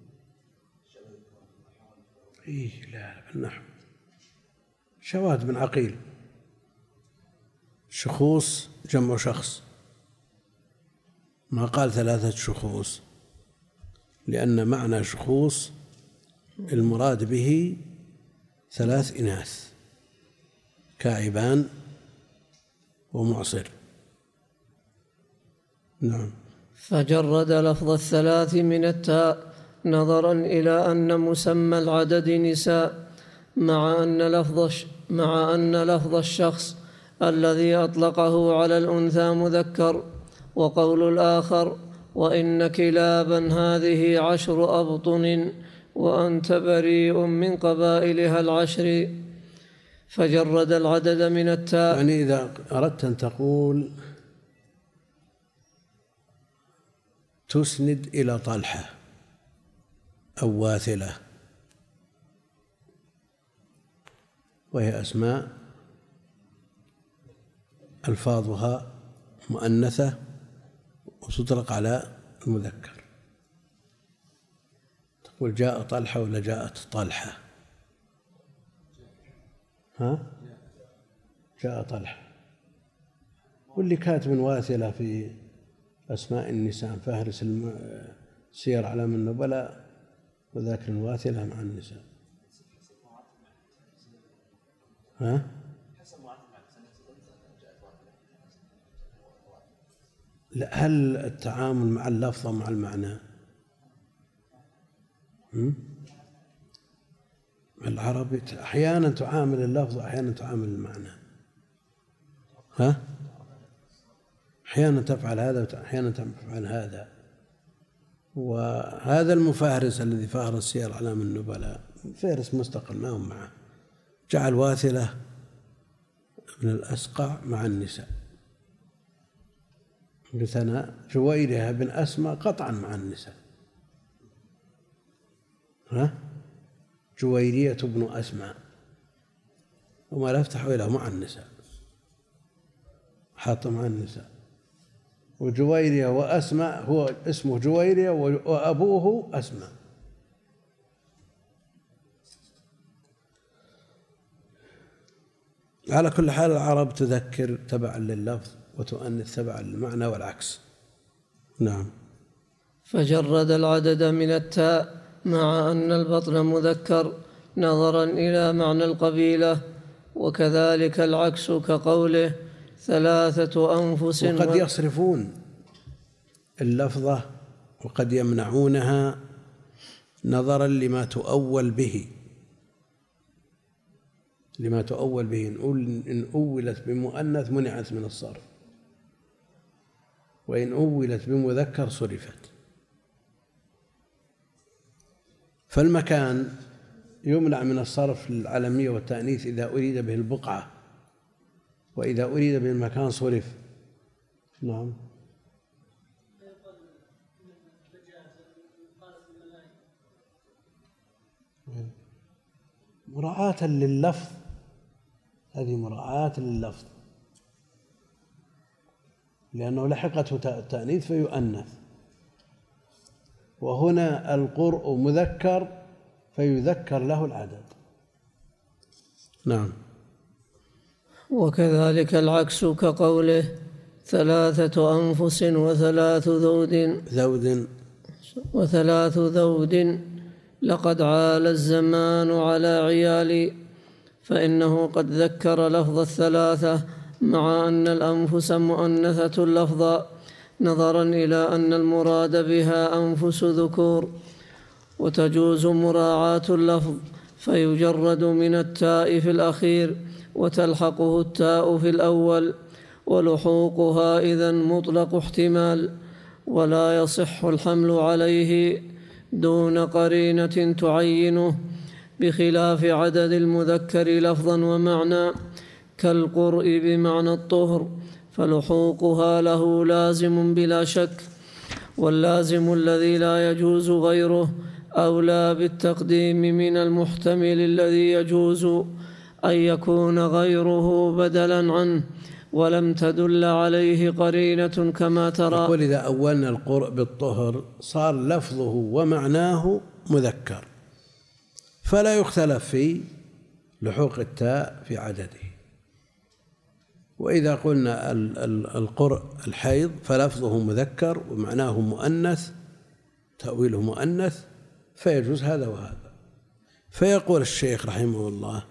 إيه لا بالنحو شواهد بن عقيل. شخوص جمع شخص، ما قال ثلاثة شخوص، لأن معنى شخوص المراد به ثلاث إناث كاعبان ومعصر. نعم. فجرد لفظ الثلاث من التاء نظرا إلى أن مسمى العدد نساء، مع أن لفظ مع أن لفظ الشخص الذي أطلقه على الأنثى مذكر. وقول الآخر: وإن كلابا هذه عشر أبطن وأنت بريء من قبائلها العشر، فجرد العدد من التاء. يعني إذا أردت أن تقول تسند إلى طلحة أو واثلة، وهي أسماء ألفاظها مؤنثة وتطلق على المذكر، تقول جاء طلحة ولا جاءت طلحة؟ ها؟ جاء طلحة. واللي كاتب واثلة في أسماء النساء فهرس سير أعلام النبلاء وذاكر واثلة مع النساء. ها؟ لا، هل التعامل مع اللفظ مع المعنى؟ العربي أحيانا تعامل اللفظ وأحيانا تعامل المعنى. ها؟ أحيانا تفعل هذا وأحيانا تفعل هذا. وهذا المفهرس الذي فهرس سير أعلام النبلاء فهرس مستقل ما هم معه، جعل واثلة ابن الأسقع مع النساء، مثنى جويرية بن أسماء قطعا مع النساء. ها؟ جويرية بن أسماء وما لا يفتح إلا مع النساء، حاط مع النساء. وجويرية وأسماء هو اسمه جويرية وأبوه أسماء. على كل حال العرب تذكر تبعا لللفظ وتؤنث تبعا للمعنى والعكس. نعم. فجرد العدد من التاء مع أن البطن مذكر نظرا إلى معنى القبيلة، وكذلك العكس كقوله ثلاثة أنفس. وقد يصرفون اللفظة وقد يمنعونها نظرا لما تؤول به لما تؤول به إن أولت بمؤنث منعت من الصرف، وإن أولت بمذكر صرفت. فالمكان يمنع من الصرف للعلمية والتأنيث إذا أريد به البقعة، وإذا أريد به المكان صرف. نعم. مراعاة لللفظ، هذه مراعاة لللفظ، لأنه لحقته التأنيث فيؤنث، وهنا القرء مذكر فيذكر له العدد. نعم. وكذلك العكس كقوله ثلاثة أنفس وثلاث ذود ذود وثلاث ذود لقد عال الزمان على عيالي، فإنه قد ذكر لفظ الثلاثة مع أن الأنفس مؤنثة لفظا، نظرا إلى أن المراد بها أنفس ذكور. وتجوز مراعاة اللفظ فيجرد من التاء في الأخير وتلحقه التاء في الأول، ولحوقها إذن مطلق احتمال، ولا يصح الحمل عليه دون قرينة تعينه، بخلاف عدد المذكر لفظا ومعنى كالقرء بمعنى الطهر، فلحوقها له لازم بلا شك، واللازم الذي لا يجوز غيره أولى بالتقديم من المحتمل الذي يجوز أن يكون غيره بدلا عنه، ولم تدل عليه قرينة كما ترى. يقول إذا أولنا القرء بالطهر صار لفظه ومعناه مذكر، فلا يختلف في لحوق التاء في عدده، وإذا قلنا القرء الحيض فلفظه مذكر ومعناه مؤنث، تأويله مؤنث، فيجوز هذا وهذا. فيقول الشيخ رحمه الله: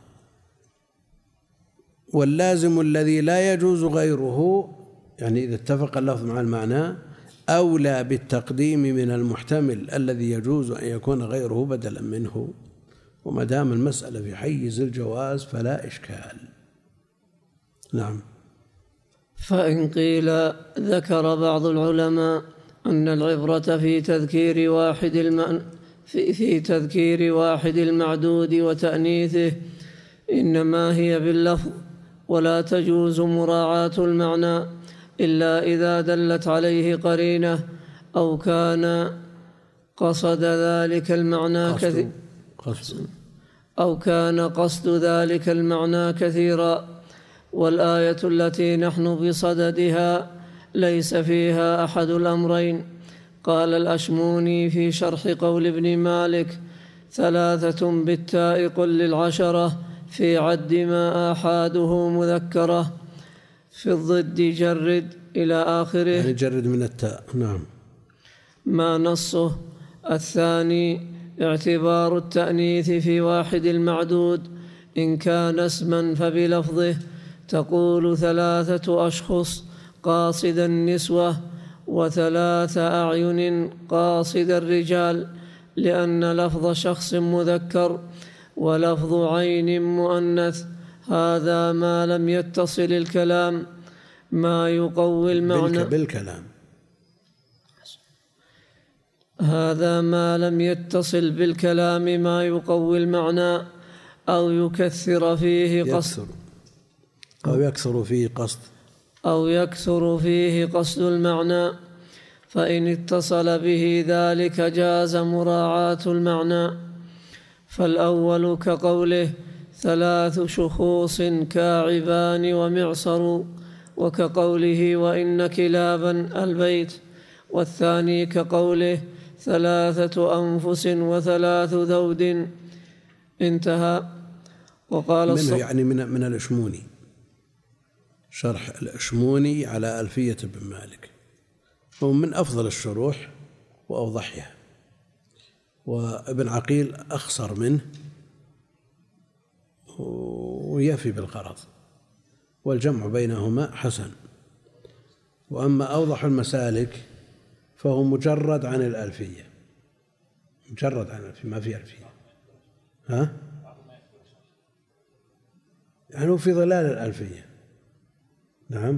واللازم الذي لا يجوز غيره، يعني إذا اتفق اللفظ مع المعنى، أولى بالتقديم من المحتمل الذي يجوز أن يكون غيره بدلا منه. وما دام المسألة في حيز الجواز فلا إشكال. نعم. فإن قيل ذكر بعض العلماء أن العبرة في تذكير واحد المعنى في, في تذكير واحد المعدود وتأنيثه إنما هي باللفظ، ولا تجوز مراعاة المعنى إلا إذا دلت عليه قرينة أو كان قصد ذلك المعنى كثيرا أو كان قصد ذلك المعنى كثيرا. والآية التي نحن بصددها ليس فيها أحد الأمرين. قال الأشموني في شرح قول ابن مالك: ثلاثة بالتاء قل للعشرة في عد ما آحاده مذكرة، في الضد جرد إلى آخره، يعني جرد من التاء. نعم. ما نصه. الثاني اعتبار التأنيث في واحد المعدود، إن كان اسما فبلفظه، تقول ثلاثة أشخص قاصد النسوة، وثلاث أعين قاصد الرجال، لأن لفظ شخص مذكر ولفظ عين مؤنث. هذا ما لم يتصل الكلام ما يقوي المعنى بالكلام هذا ما لم يتصل بالكلام ما يقوي المعنى أو يكثر فيه قصد أو يكثر فيه قصد أو يكثر فيه قصد المعنى. فإن اتصل به ذلك جاز مراعاة المعنى. فالأول كقوله ثلاث شخوص كاعبان ومعصر، وكقوله وإن كلابا البيت. والثاني كقوله ثلاثة أنفس وثلاث ذود. انتهى. وقال منه يعني من من الأشموني، شرح الأشموني على ألفية بن مالك، هو من أفضل الشروح وأوضحها، وابن عقيل أخصر منه ويفي بالغرض، والجمع بينهما حسن. وأما أوضح المسالك فهو مجرد عن الألفية، مجرد عن الألفية، ما في ألفية. ها؟ يعني هو في ظلال الألفية. نعم.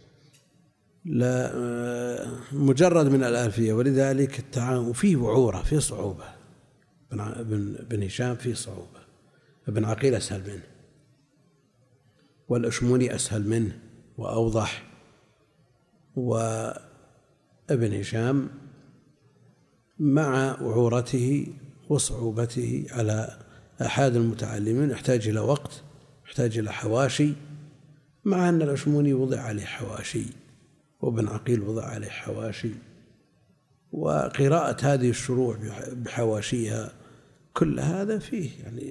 لا مجرد من الألفية، ولذلك التعامل فيه وعورة، فيه صعوبة. بن بن هشام فيه صعوبة، ابن عقيل أسهل منه، والأشموني أسهل منه وأوضح، وابن هشام مع وعورته وصعوبته على أحد المتعلمين يحتاج إلى وقت، يحتاج إلى حواشي، مع أن الأشموني وضع عليه حواشي وابن عقيل وضع عليه حواشي، وقراءة هذه الشروح بحواشيها كل هذا فيه يعني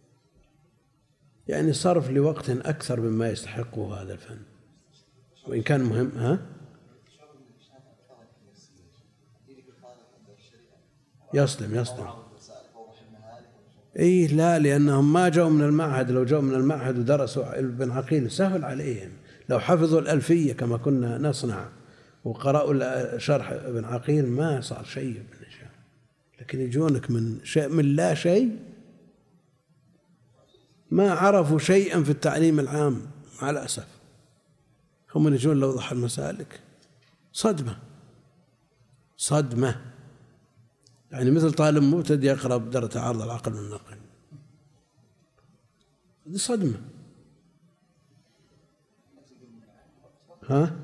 يعني صرف لوقت أكثر مما يستحقه هذا الفن، وإن كان مهم. ها؟ يسلم يسلم إيه لا، لأنهم ما جاءوا من المعهد. لو جاءوا من المعهد ودرسوا ابن عقيل سهل عليهم، لو حفظوا الألفية كما كنا نصنع وقرأوا شرح ابن عقيل ما صار شيء ابن هشام، لكن يجونك من شيء من لا شيء، ما عرفوا شيئا في التعليم العام مع الأسف. هم من يجون لوضح المسالك صدمة صدمة يعني مثل طالب مبتدئ يقرأ بدرجة عرض العقل والنقل، هذه صدمة. ها؟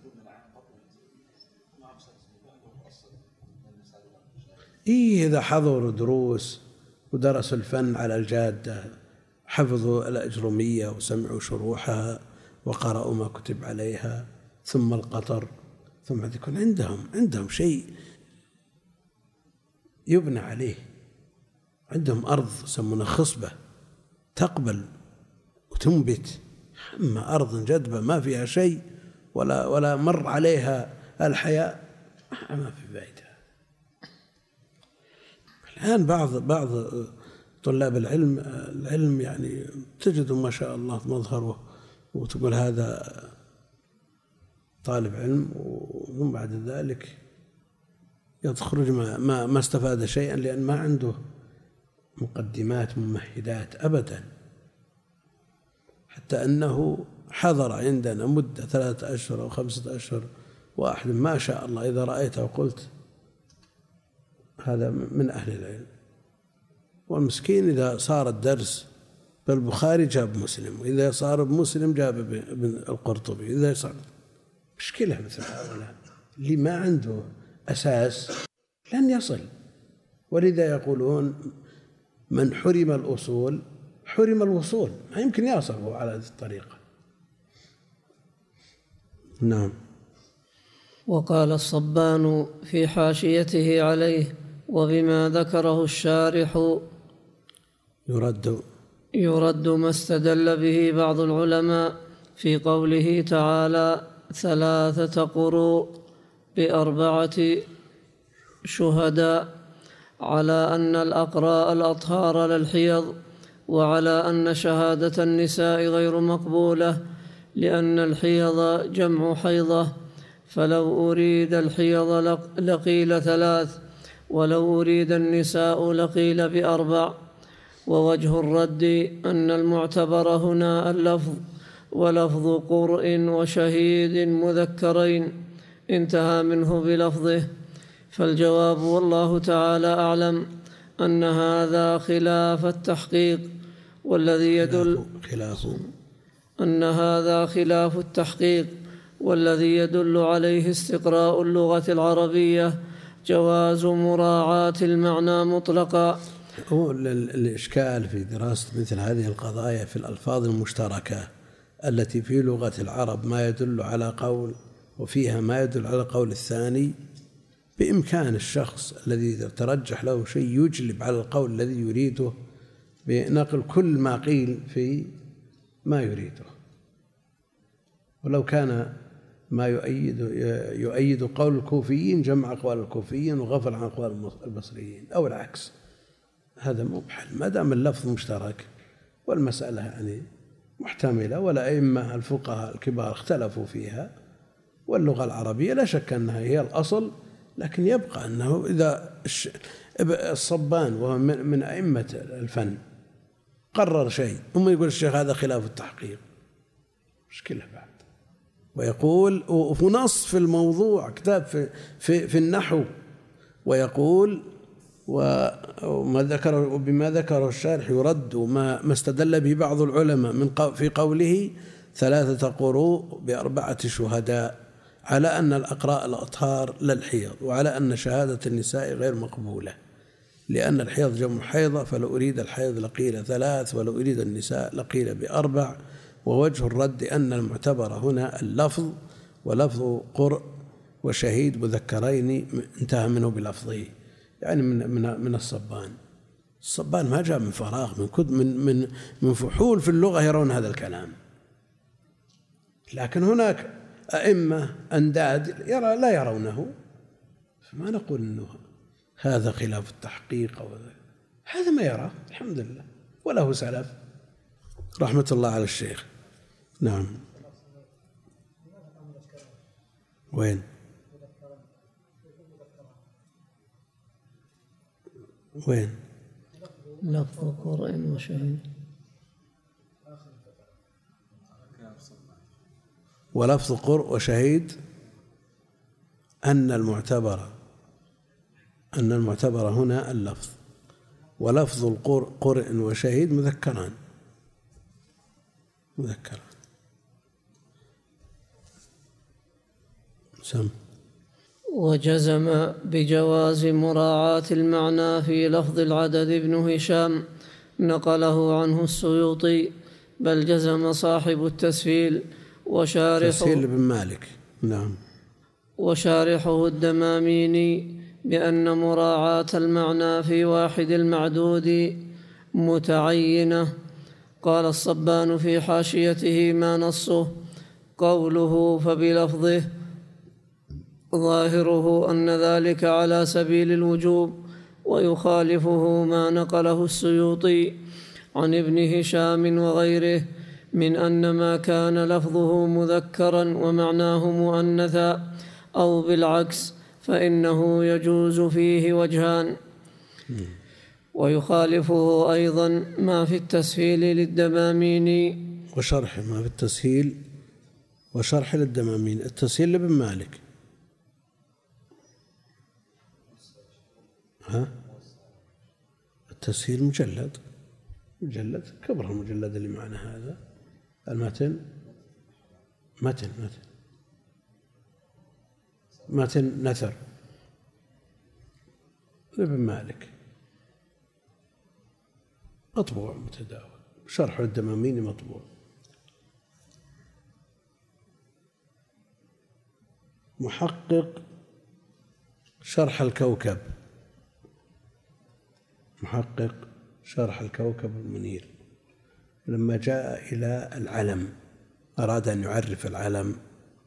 إيه إذا حضروا دروس ودرسوا الفن على الجادة، حفظوا الأجرمية وسمعوا شروحها وقرأوا ما كتب عليها، ثم القطر، ثم يكون عندهم عندهم شيء يبنى عليه، عندهم أرض يسمونها خصبة تقبل وتنبت، أما أرض جدبة ما فيها شيء ولا ولا مر عليها الحياة ما في فائدة. الآن بعض بعض طلاب العلم العلم يعني تجد ما شاء الله مظهره وتقول هذا طالب علم، ومن بعد ذلك يخرج ما ما ما استفاد شيئا لأن ما عنده مقدمات ممهدات أبدا. حتى أنه حضر عندنا مدة ثلاثة أشهر أو خمسة أشهر واحد ما شاء الله إذا رأيته وقلت هذا من أهل العلم، والمسكين إذا صار الدرس بالبخاري جاب مسلم، وإذا صار بمسلم جاب ابن القرطبي، إذا صار مشكلة مثل هؤلاء اللي ما عنده أساس لن يصل. ولذا يقولون من حرم الأصول حرم الوصول، ما يمكن يصل على هذه الطريقة. نعم. وقال الصبان في حاشيته عليه: وبما ذكره الشارح يرد يرد ما استدل به بعض العلماء في قوله تعالى: ثلاثة قروء بأربعة شهداء، على أن الأقراء الأطهار للحيض، وعلى أن شهادة النساء غير مقبولة لأن الحيض جمع حيضة، فلو أريد الحيض لقيل ثلاث، ولو أريد النساء لقيل بأربع. ووجه الرد أن المعتبر هنا اللفظ، ولفظ قرء وشهيد مذكرين انتهى منه بلفظه. فالجواب والله تعالى أعلم أن هذا خلاف التحقيق، والذي يدل خلاف أن هذا خلاف التحقيق والذي يدل عليه استقراء اللغة العربية جواز مراعاة المعنى مطلقا. هو الإشكال في دراسة مثل هذه القضايا في الألفاظ المشتركة التي في لغة العرب ما يدل على قول وفيها ما يدل على قول الثاني، بإمكان الشخص الذي ترجح له شيء يجلب على القول الذي يريده بنقل كل ما قيل في ما يريده، ولو كان ما يؤيد يؤيد قول الكوفيين جمع أقوال الكوفيين وغفل عن أقوال البصريين أو العكس، هذا مو بحل ما دام اللفظ مشترك والمسألة يعني محتملة. والأئمة الفقهاء الكبار اختلفوا فيها، واللغة العربية لا شك أنها هي الأصل، لكن يبقى أنه إذا الصبان وهو من أئمة الفن قرر شيء ثم يقول الشيخ هذا خلاف التحقيق، مشكلة بعد. ويقول وفي نص في الموضوع كتاب في, في, في النحو، ويقول وما ذكره وبما ذكره الشارح يرد ما ما استدل به بعض العلماء من في قوله ثلاثة قروء بأربعة شهداء، على أن الأقراء الأطهار للحيض، وعلى أن شهادة النساء غير مقبولة لأن الحيض جمع حيضة، فلو أريد الحيض لقيل ثلاث، ولو أريد النساء لقيل بأربع. ووجه الرد أن المعتبر هنا اللفظ، ولفظ قرء وشهيد مذكرين انتهى منه بلفظه، يعني من من من الصبان. الصبان ما جاء من فراغ، من كد من من من فحول في اللغة يرون هذا الكلام، لكن هناك أئمة أنداد يرى لا يرونه، فما نقول إنه هذا خلاف التحقيق أو هذا ما يرى الحمد لله، وله سلف رحمة الله على الشيخ. نعم. وين وين لفظ قرء وشهيد ولفظ قرء وشهيد أن المعتبر أن المعتبر هنا اللفظ، ولفظ القرء قرء وشهيد مذكران مذكران سم. وجزم بجواز مراعاة المعنى في لفظ العدد ابن هشام، نقله عنه السيوطي، بل جزم صاحب التسهيل وشارحه تسهيل بن مالك. نعم. وشارحه الدماميني بأن مراعاة المعنى في واحد المعدود متعينة. قال الصبان في حاشيته ما نصه. قوله فبلفظه ظاهره أن ذلك على سبيل الوجوب، ويخالفه ما نقله السيوطي عن ابن هشام وغيره من أن ما كان لفظه مذكرا ومعناه مؤنثا أو بالعكس فإنه يجوز فيه وجهان. ويخالفه أيضا ما في التسهيل للدماميني وشرح ما في التسهيل وشرح للدمامين. التسهيل لابن مالك، ها التسهيل مجلد مجلد كبر المجلد اللي معنا هذا. المتن متن متن متن نثر لابن مالك مطبوع متداول. شرح الدمامين مطبوع. محقق شرح الكوكب، محقق شرح الكوكب المنير لما جاء إلى العلم أراد أن يعرف العلم،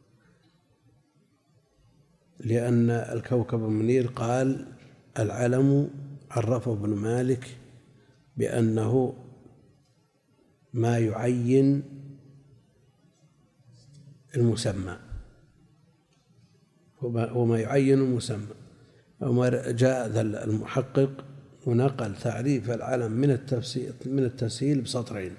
لأن الكوكب المنير قال العلم عرفه ابن مالك بأنه ما يعين المسمى وما يعين المسمى. وما جاء المحقق ونقل تعريف العلم من التفسير من التسهيل بسطرين،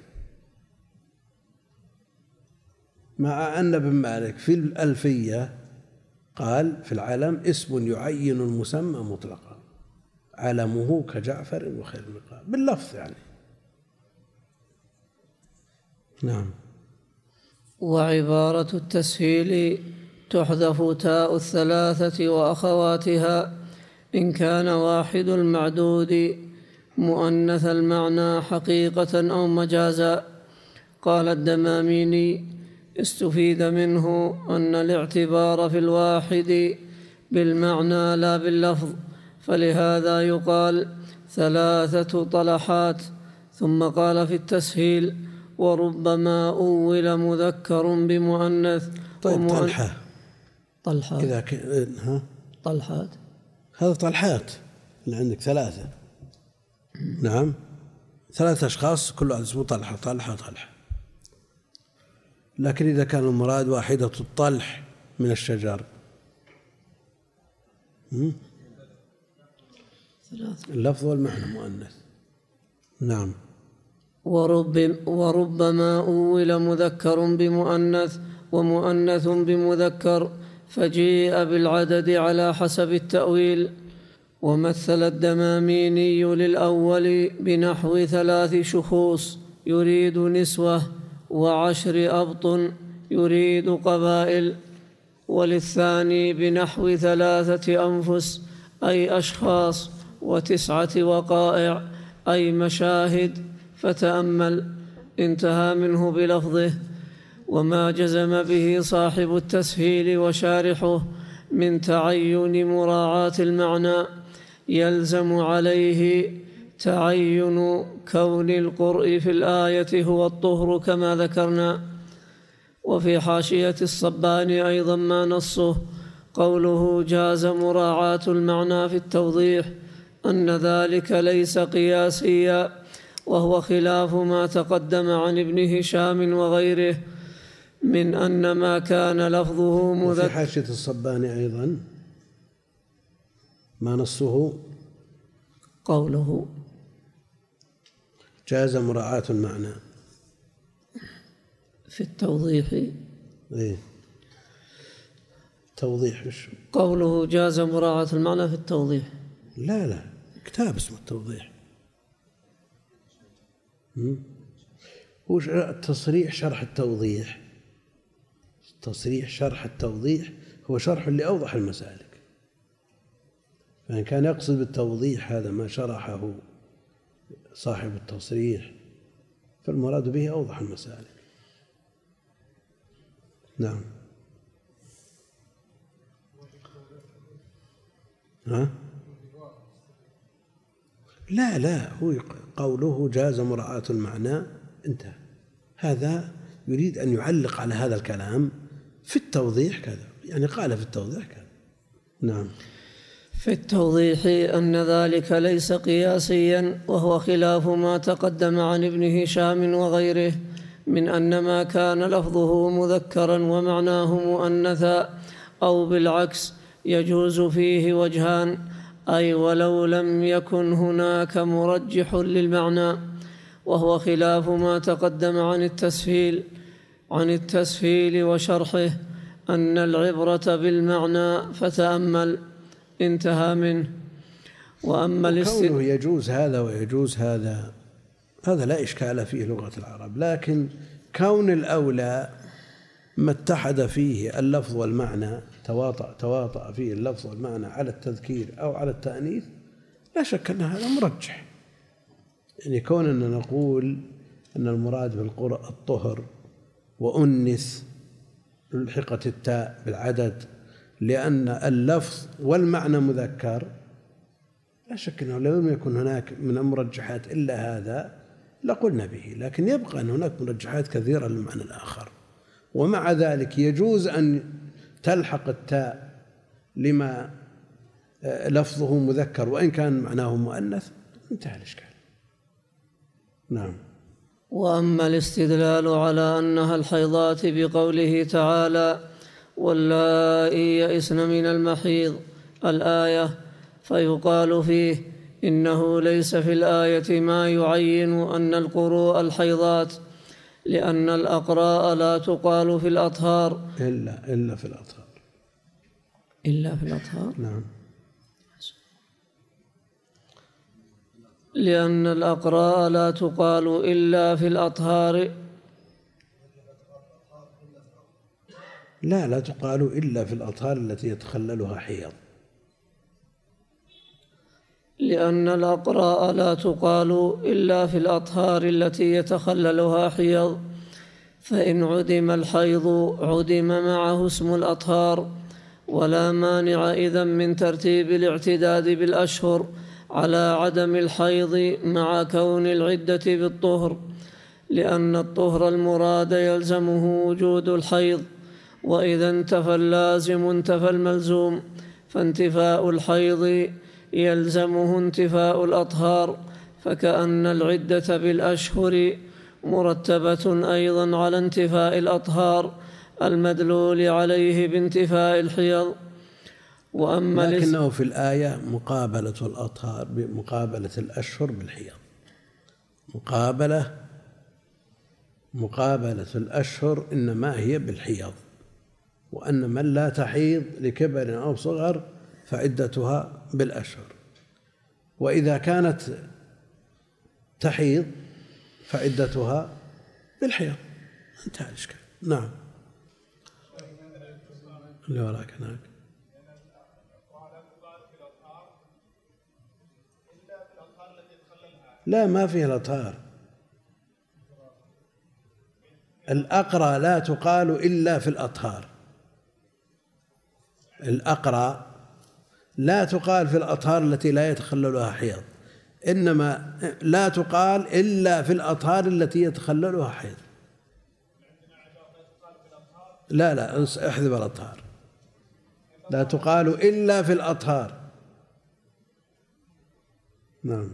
مع أن ابن مالك في الألفية قال في العلم اسم يعين المسمى مطلقا، علمه كجعفر وخير المقام باللفظ يعني. نعم. وعبارة التسهيل تحذف تاء الثلاثة وأخواتها إن كان واحد المعدود مؤنث المعنى حقيقة أو مجازا. قال الدماميني استفيد منه أن الاعتبار في الواحد بالمعنى لا باللفظ، فلهذا يقال ثلاثة طلحات. ثم قال في التسهيل وربما أول مذكر بمؤنث. طيب طلحة طلحات إذا ك... ها طلحات هذا طلحات اللي عندك ثلاثة. نعم ثلاثة أشخاص كل واحد اسمه طلحة طلحة طلحة. لكن إذا كان المراد واحدة الطلح من الشجر اللفظ والمعنى مؤنث. نعم. ورب وربما أول مذكر بمؤنث ومؤنث بمذكر، فجيء بالعدد على حسب التأويل. ومثل الدماميني للأول بنحو ثلاث شخوص يريد نسوة، وعشر أبط يريد قبائل، وللثاني بنحو ثلاثة أنفس أي أشخاص، وتسعة وقائع أي مشاهد، فتأمل. انتهى منه بلفظه. وما جزم به صاحب التسهيل وشارحه من تعين مراعاة المعنى يلزم عليه تعين كون القرء في الآية هو الطهر كما ذكرنا. وفي حاشية الصبان أيضا ما نصه قوله جاز مراعاة المعنى في التوضيح أن ذلك ليس قياسيا، وهو خلاف ما تقدم عن ابن هشام وغيره من أن ما كان لفظه مذكر. وفي حاشية الصباني أيضا ما نصه قوله جاز مراعاة المعنى في التوضيح. إيه توضيح وش قوله جاز مراعاة المعنى في التوضيح. لا لا كتاب اسمه التوضيح. هو تصريح شرح التوضيح. تصريح شرح التوضيح هو شرح لأوضح المسالك، فإن كان يقصد بالتوضيح هذا ما شرحه صاحب التصريح فالمراد به أوضح المسالك. نعم. ها؟ لا لا هو قوله جاز مراعاة المعنى انتهى. هذا يريد أن يعلق على هذا الكلام في التوضيح كذا، يعني قال في التوضيح كذا. نعم. في التوضيح أن ذلك ليس قياسيا، وهو خلاف ما تقدم عن ابن هشام وغيره من أن ما كان لفظه مذكرا ومعناه مؤنثا أو بالعكس يجوز فيه وجهان، أي ولو لم يكن هناك مرجح للمعنى، وهو خلاف ما تقدم عن التسهيل عن التسهيل وشرحه أن العبرة بالمعنى فتأمل، انتهى منه. وأما الاستدلال كونه يجوز هذا ويجوز هذا هذا لا إشكال فيه لغة العرب، لكن كون الأولى ما اتحد فيه اللفظ والمعنى، تواطأ تواطأ فيه اللفظ والمعنى على التذكير أو على التأنيث، لا شك أن هذا مرجح. يعني كوننا نقول أن المراد بالقرء الطهر وأنث لحقت التاء بالعدد لأن اللفظ والمعنى مذكر، لا شك أنه لو لم يكن هناك من المرجحات إلا هذا لقلنا به، لكن يبقى أن هناك مرجحات كثيرة للمعنى الآخر. ومع ذلك يجوز أن تلحق التاء لما لفظه مذكر وإن كان معناه مؤنث، انتهى الإشكال. نعم. وأما الاستدلال على أنها الحيضات بقوله تعالى واللائي يئسن من المحيض الآية، فيقال فيه إنه ليس في الآية ما يعين أن القروء الحيضات، لأن الأقراء لا تقال في الأطهار إلا إلا في الأطهار إلا في الأطهار نعم. لأن الأقراء لا تقال إلا في الأطهار لا لا تقال إلا في الأطهار التي يتخللها حيض. لأن الأقراء لا تقال إلا في الأطهار التي يتخللها حيض، فإن عدم الحيض عدم معه اسم الأطهار، ولا مانع إذن من ترتيب الاعتداد بالأشهر على عدم الحيض مع كون العدة بالطهر، لأن الطهر المراد يلزمه وجود الحيض، وإذا انتفى اللازم انتفى الملزوم، فانتفاء الحيض يلزمه انتفاء الأطهار، فكأن العدة بالأشهر مرتبة أيضا على انتفاء الأطهار المدلول عليه بانتفاء الحيض. وأما لكنه في الآية مقابلة الأطهار بمقابلة الأشهر بالحيض، مقابلة مقابلة الأشهر إنما هي بالحيض، وأن من لا تحيض لكبر أو صغر فعدتها بالأشهر، وإذا كانت تحيض فعدتها بالحيض، انتهى الإشكال. نعم. اللي وراك هناك. لا، ما فيه الأطهار. الأقرى لا تقال إلا في الأطهار، الأقرى لا تقال في الأطهار التي لا يتخللها حيض، إنما لا تقال إلا في الأطهار التي يتخللها حيض. لا لا احذف الأطهار، لا تقال إلا في الأطهار. نعم.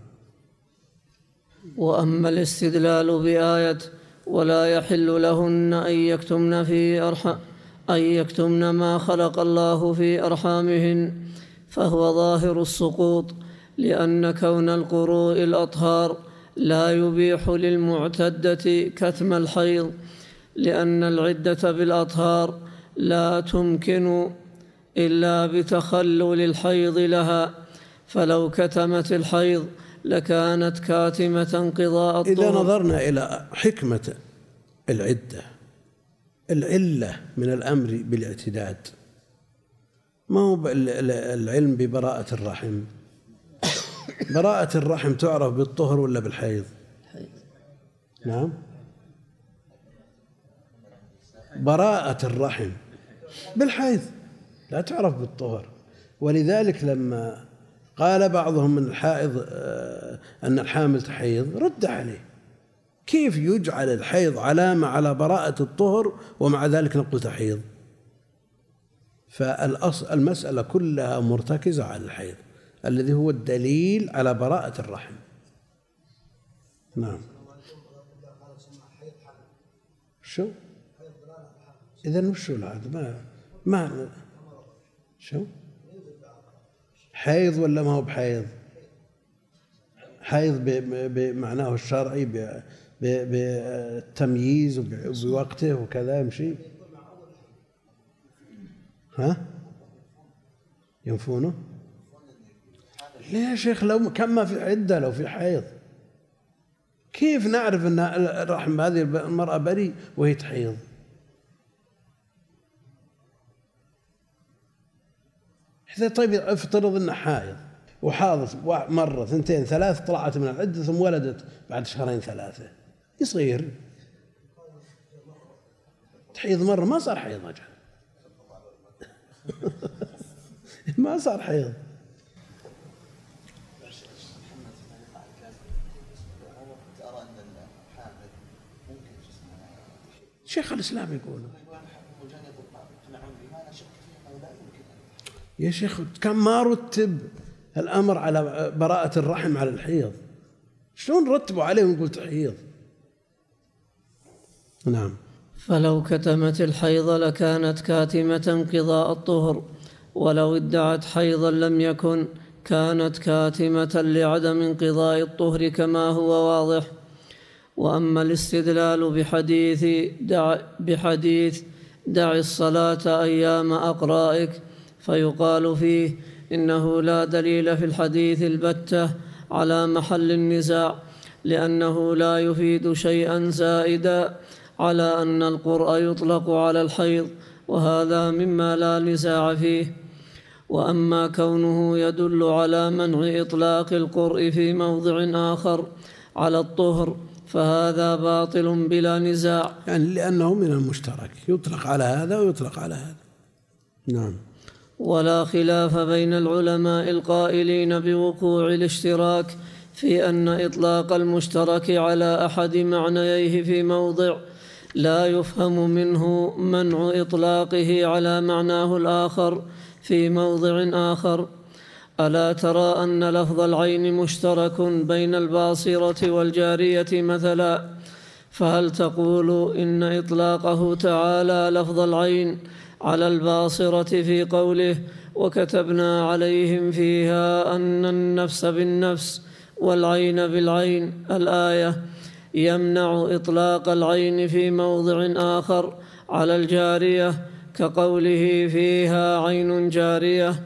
وأما الاستدلال بآية ولا يحل لهن أن يكتمن في أرحام أن يكتمن ما خلق الله في أرحامهن، فهو ظاهر السقوط، لأن كون القروء الأطهار لا يبيح للمعتدة كتم الحيض، لأن العدة بالأطهار لا تمكن إلا بتخلل الحيض لها، فلو كتمت الحيض لكانت كاتمة انقضاء الطهر. إذا نظرنا إلى حكمة العدة، العلة من الأمر بالاعتداد ما هو العلم ببراءة الرحم. براءة الرحم تعرف بالطهر ولا بالحيض؟ نعم. براءة الرحم بالحيض، لا تعرف بالطهر. ولذلك لما قال بعضهم من الحائض أن الحامل تحيض رد عليه، كيف يجعل الحيض علامة على براءة الطهر ومع ذلك نقول تحيض؟ فالمسألة كلها مرتكزة على الحيض الذي هو الدليل على براءة الرحم. نعم. شو؟ إذن وشو هذا؟ ما ما شو؟ حيض ولا ما هو بحيض؟ حيض بمعناه الشرعي بالتمييز وبوقته وكذا يمشي. ها؟ ينفونه؟ ليه يا شيخ؟ لو كان ما في عدة، لو في حيض كيف نعرف أن الرحم هذه المرأة بريء وهي تحيض؟ إذا طيب افترض أنها حائض وحاضت مرة ثنتين ثلاث، طلعت من العدة ثم ولدت بعد شهرين ثلاثة، يصير تحيض مرة ما صار حيض أجل. ما صار حيض. شيخ الإسلام يقول يا شيخ كم ما رتب الأمر على براءة الرحم على الحيض، شلون رتبوا عليه ونقول تحيض؟ نعم. فلو كتمت الحيض لكانت كاتمة انقضاء الطهر، ولو ادعت حيضا لم يكن كانت كاتمة لعدم انقضاء الطهر كما هو واضح. وأما الاستدلال بحديث دع, بحديث دع الصلاة أيام أقرائك فيقال فيه إنه لا دليل في الحديث البتة على محل النزاع، لأنه لا يفيد شيئا زائدا على أن القرء يطلق على الحيض، وهذا مما لا نزاع فيه. وأما كونه يدل على منع إطلاق القرء في موضع آخر على الطهر فهذا باطل بلا نزاع، يعني لأنه من المشترك يطلق على هذا ويطلق على هذا. نعم. ولا خلاف بين العلماء القائلين بوقوع الاشتراك في أن إطلاق المشترك على أحد معنييه في موضع لا يفهم منه منع إطلاقه على معناه الآخر في موضع آخر. ألا ترى أن لفظ العين مشترك بين الباصرة والجارية مثلا، فهل تقول إن إطلاقه تعالى لفظ العين على الباصرة في قوله وكتبنا عليهم فيها أن النفس بالنفس والعين بالعين الآية يمنع إطلاق العين في موضع آخر على الجارية كقوله فيها عين جارية؟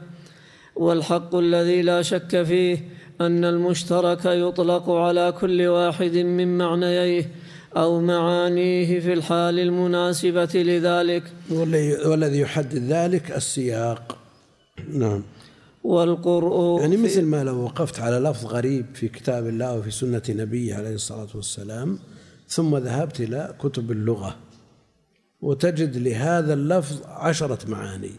والحق الذي لا شك فيه أن المشترك يطلق على كل واحد من معنييه أو معانيه في الحال المناسبة لذلك، والذي يحدد ذلك السياق. نعم. والقرء يعني مثل ما لو وقفت على لفظ غريب في كتاب الله وفي سنة نبيه عليه الصلاة والسلام ثم ذهبت إلى كتب اللغة وتجد لهذا اللفظ عشرة معاني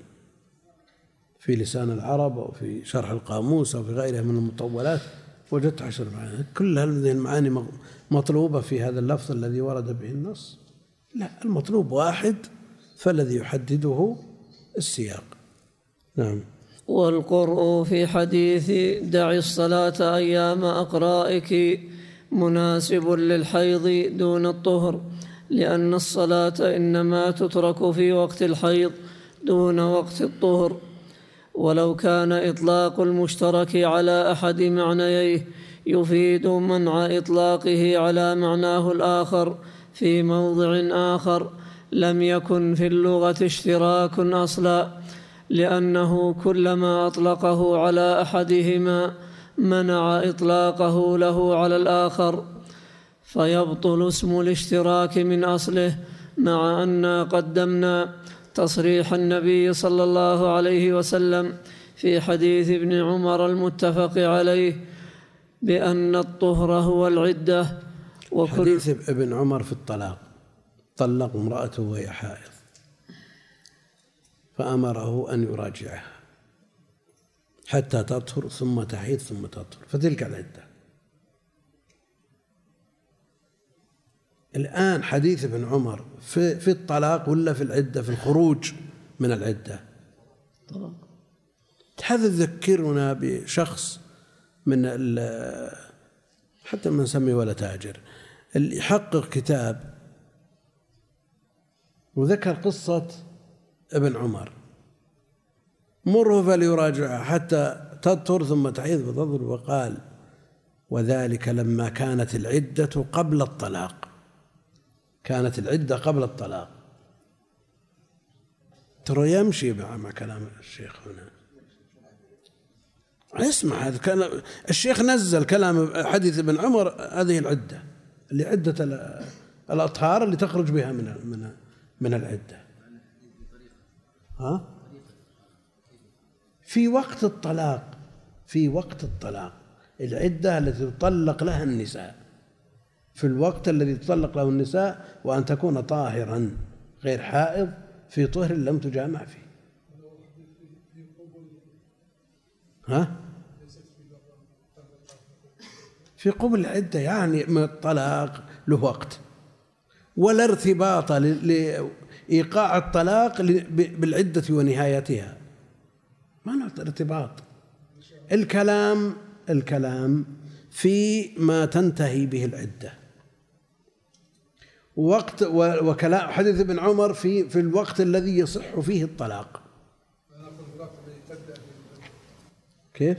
في لسان العرب أو في شرح القاموس أو في غيرها من المطولات، وجدت عشر معاني، كل هذه المعاني مطلوبة في هذا اللفظ الذي ورد به النص؟ لا، المطلوب واحد فالذي يحدده السياق. نعم. والقرء في حديث دع الصلاة أيام أقرائك مناسب للحيض دون الطهر، لأن الصلاة إنما تترك في وقت الحيض دون وقت الطهر. ولو كان إطلاق المشترك على أحد معنييه يفيد منع إطلاقه على معناه الآخر في موضع آخر لم يكن في اللغة اشتراك أصلا، لأنه كلما أطلقه على أحدهما منع إطلاقه له على الآخر، فيبطل اسم الاشتراك من أصله، مع أن قدمنا تصريح النبي صلى الله عليه وسلم في حديث ابن عمر المتفق عليه بأن الطهر هو العدة. وكل حديث ابن عمر في الطلاق، طلق امرأته وهي حائض فأمره أن يراجعها حتى تطهر ثم تحيض ثم تطهر، فتلك العدة. الآن حديث ابن عمر في, في الطلاق ولا في العدة، في الخروج من العدة؟ طلاق. هذا ذكرنا بشخص من حتى ما نسميه ولا تاجر اللي يحقق كتاب وذكر قصة ابن عمر، مره فليراجعها حتى تطهر ثم تحيض بتطهر، وقال وذلك لما كانت العدة قبل الطلاق، كانت العدة قبل الطلاق. ترى يمشي مع كلام الشيخ هنا. اسمع، هذا كلام الشيخ، نزل كلام حديث ابن عمر، هذه العدة اللي عدة الأطهار اللي تخرج بها من من من العدة. ها؟ في وقت الطلاق، في وقت الطلاق العدة التي تطلق لها النساء، في الوقت الذي تطلق له النساء، وأن تكون طاهرا غير حائض في طهر لم تجامع فيه. ها؟ في قبل العدة يعني من الطلاق له وقت، ولا ارتباط لإيقاع الطلاق بالعدة ونهايتها، ما له ارتباط. الكلام الكلام في ما تنتهي به العدة، وقت وكلام حديث ابن عمر في في الوقت الذي يصح فيه الطلاق. كيف؟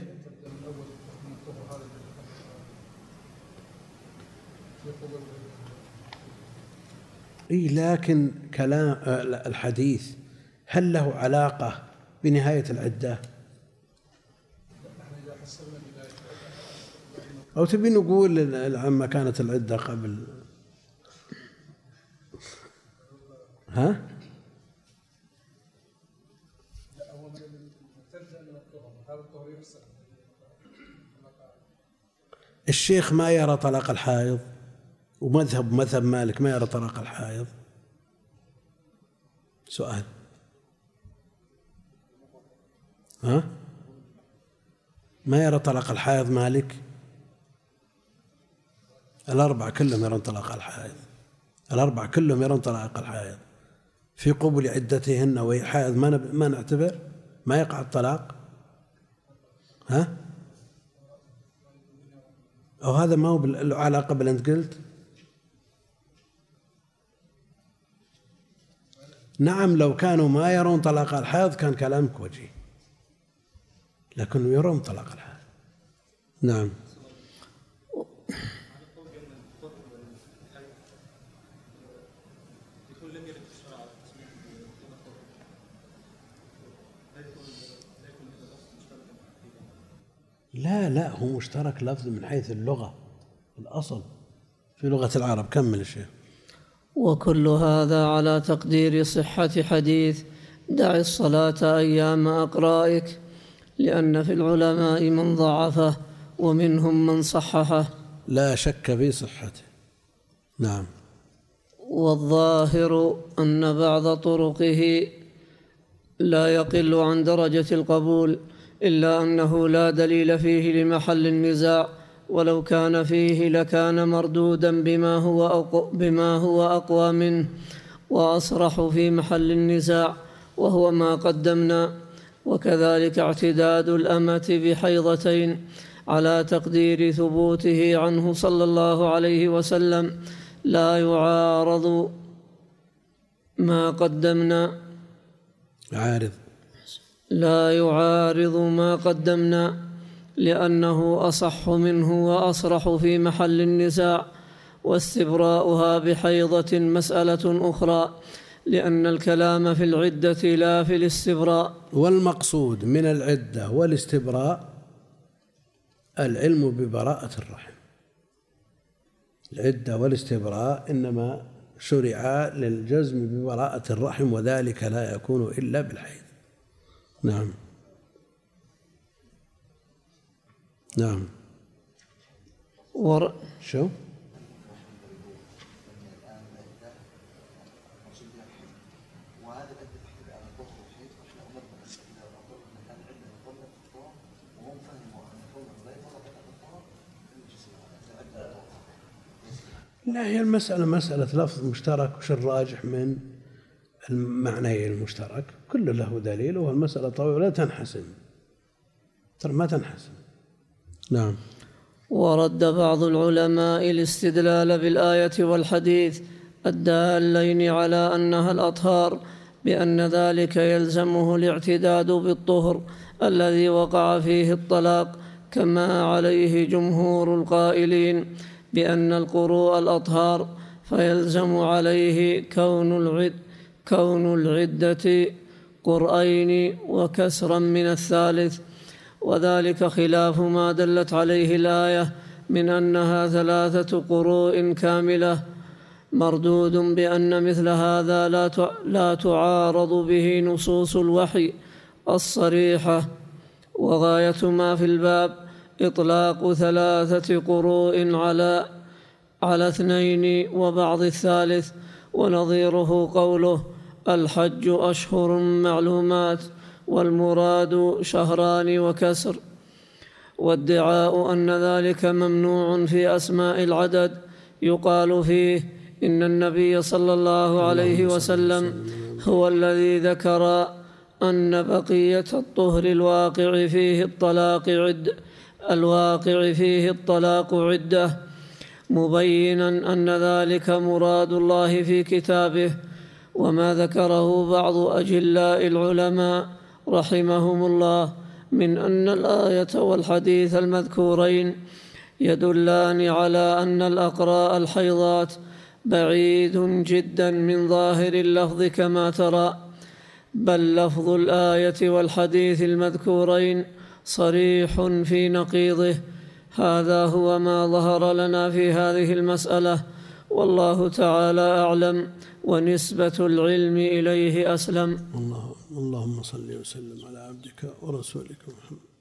إيه، لكن كلام الحديث هل له علاقة بنهاية العدة؟ أو تبي نقول عما كانت العدة قبل؟ ها؟ الشيخ ما يرى طلاق الحائض، ومذهب مذهب مالك ما يرى طلاق الحائض. سؤال. ها؟ ما يرى طلاق الحائض مالك؟ الأربعة كلهم يرون طلاق الحائض، الأربعة كلهم يرون طلاق الحائض في قبل عدتهن وهي حائض، ما ما نعتبر ما يقع الطلاق. ها؟ أو هذا ما هو له علاقة باللي أنت قلت؟ نعم، لو كانوا ما يرون طلاق الحائض كان كلامك وجيه، لكن يرون طلاق الحائض. نعم. لا لا هو مشترك لفظ من حيث اللغة، الأصل في لغة العرب. كمل الشيخ. وكل هذا على تقدير صحة حديث دع الصلاة أيام أقرائك، لأن في العلماء من ضعفه ومنهم من صححه. لا شك في صحته. نعم. والظاهر أن بعض طرقه لا يقل عن درجة القبول، إلا أنه لا دليل فيه لمحل النزاع، ولو كان فيه لكان مردودا بما هو أقوى, بما هو أقوى منه وأصرح في محل النزاع، وهو ما قدمنا. وكذلك اعتداد الأمة بحيضتين على تقدير ثبوته عنه صلى الله عليه وسلم لا يعارض ما قدمنا عارض لا يعارض ما قدمنا لأنه أصح منه وأصرح في محل النزاع. واستبراؤها بحيضة مسألة أخرى، لأن الكلام في العدة لا في الاستبراء. والمقصود من العدة والاستبراء العلم ببراءة الرحم. العدة والاستبراء إنما شرع للجزم ببراءة الرحم، وذلك لا يكون إلا بالحيض. نعم. نعم. ور... شو؟ لا، هي المسألة مسألة لفظ مشترك، وش الراجح من المعنى المشترك؟ كل له دليل، وهو المسألة طويلة لا تنحسم، ترى ما تنحسم. نعم. ورد بعض العلماء الاستدلال بالآية والحديث الدالين على أنها الأطهار بأن ذلك يلزمه الاعتداد بالطهر الذي وقع فيه الطلاق، كما عليه جمهور القائلين بأن القروء الأطهار، فيلزم عليه كون العد كون العدة قرئين وكسرا من الثالث، وذلك خلاف ما دلت عليه الآية من أنها ثلاثة قروء كاملة، مردود بأن مثل هذا لا تعارض به نصوص الوحي الصريحة، وغاية ما في الباب إطلاق ثلاثة قروء على على اثنين وبعض الثالث، ونظيره قوله الحج أشهر معلومات والمراد شهران وكسر، وادعاء أن ذلك ممنوع في أسماء العدد يقال فيه إن النبي صلى الله عليه وسلم هو الذي ذكر أن بقية الطهر الواقع فيه الطلاق عد الواقع فيه الطلاق عدة، مبينا أن ذلك مراد الله في كتابه. وما ذكره بعض أجلاء العلماء رحمهم الله من أن الآية والحديث المذكورين يدلان على أن الأقراء الحيضات بعيد جدا من ظاهر اللفظ كما ترى، بل لفظ الآية والحديث المذكورين صريح في نقيضه. هذا هو ما ظهر لنا في هذه المسألة، والله تعالى أعلم، ونسبة العلم إليه أسلم. اللهم صل وسلم على عبدك ورسولك محمد.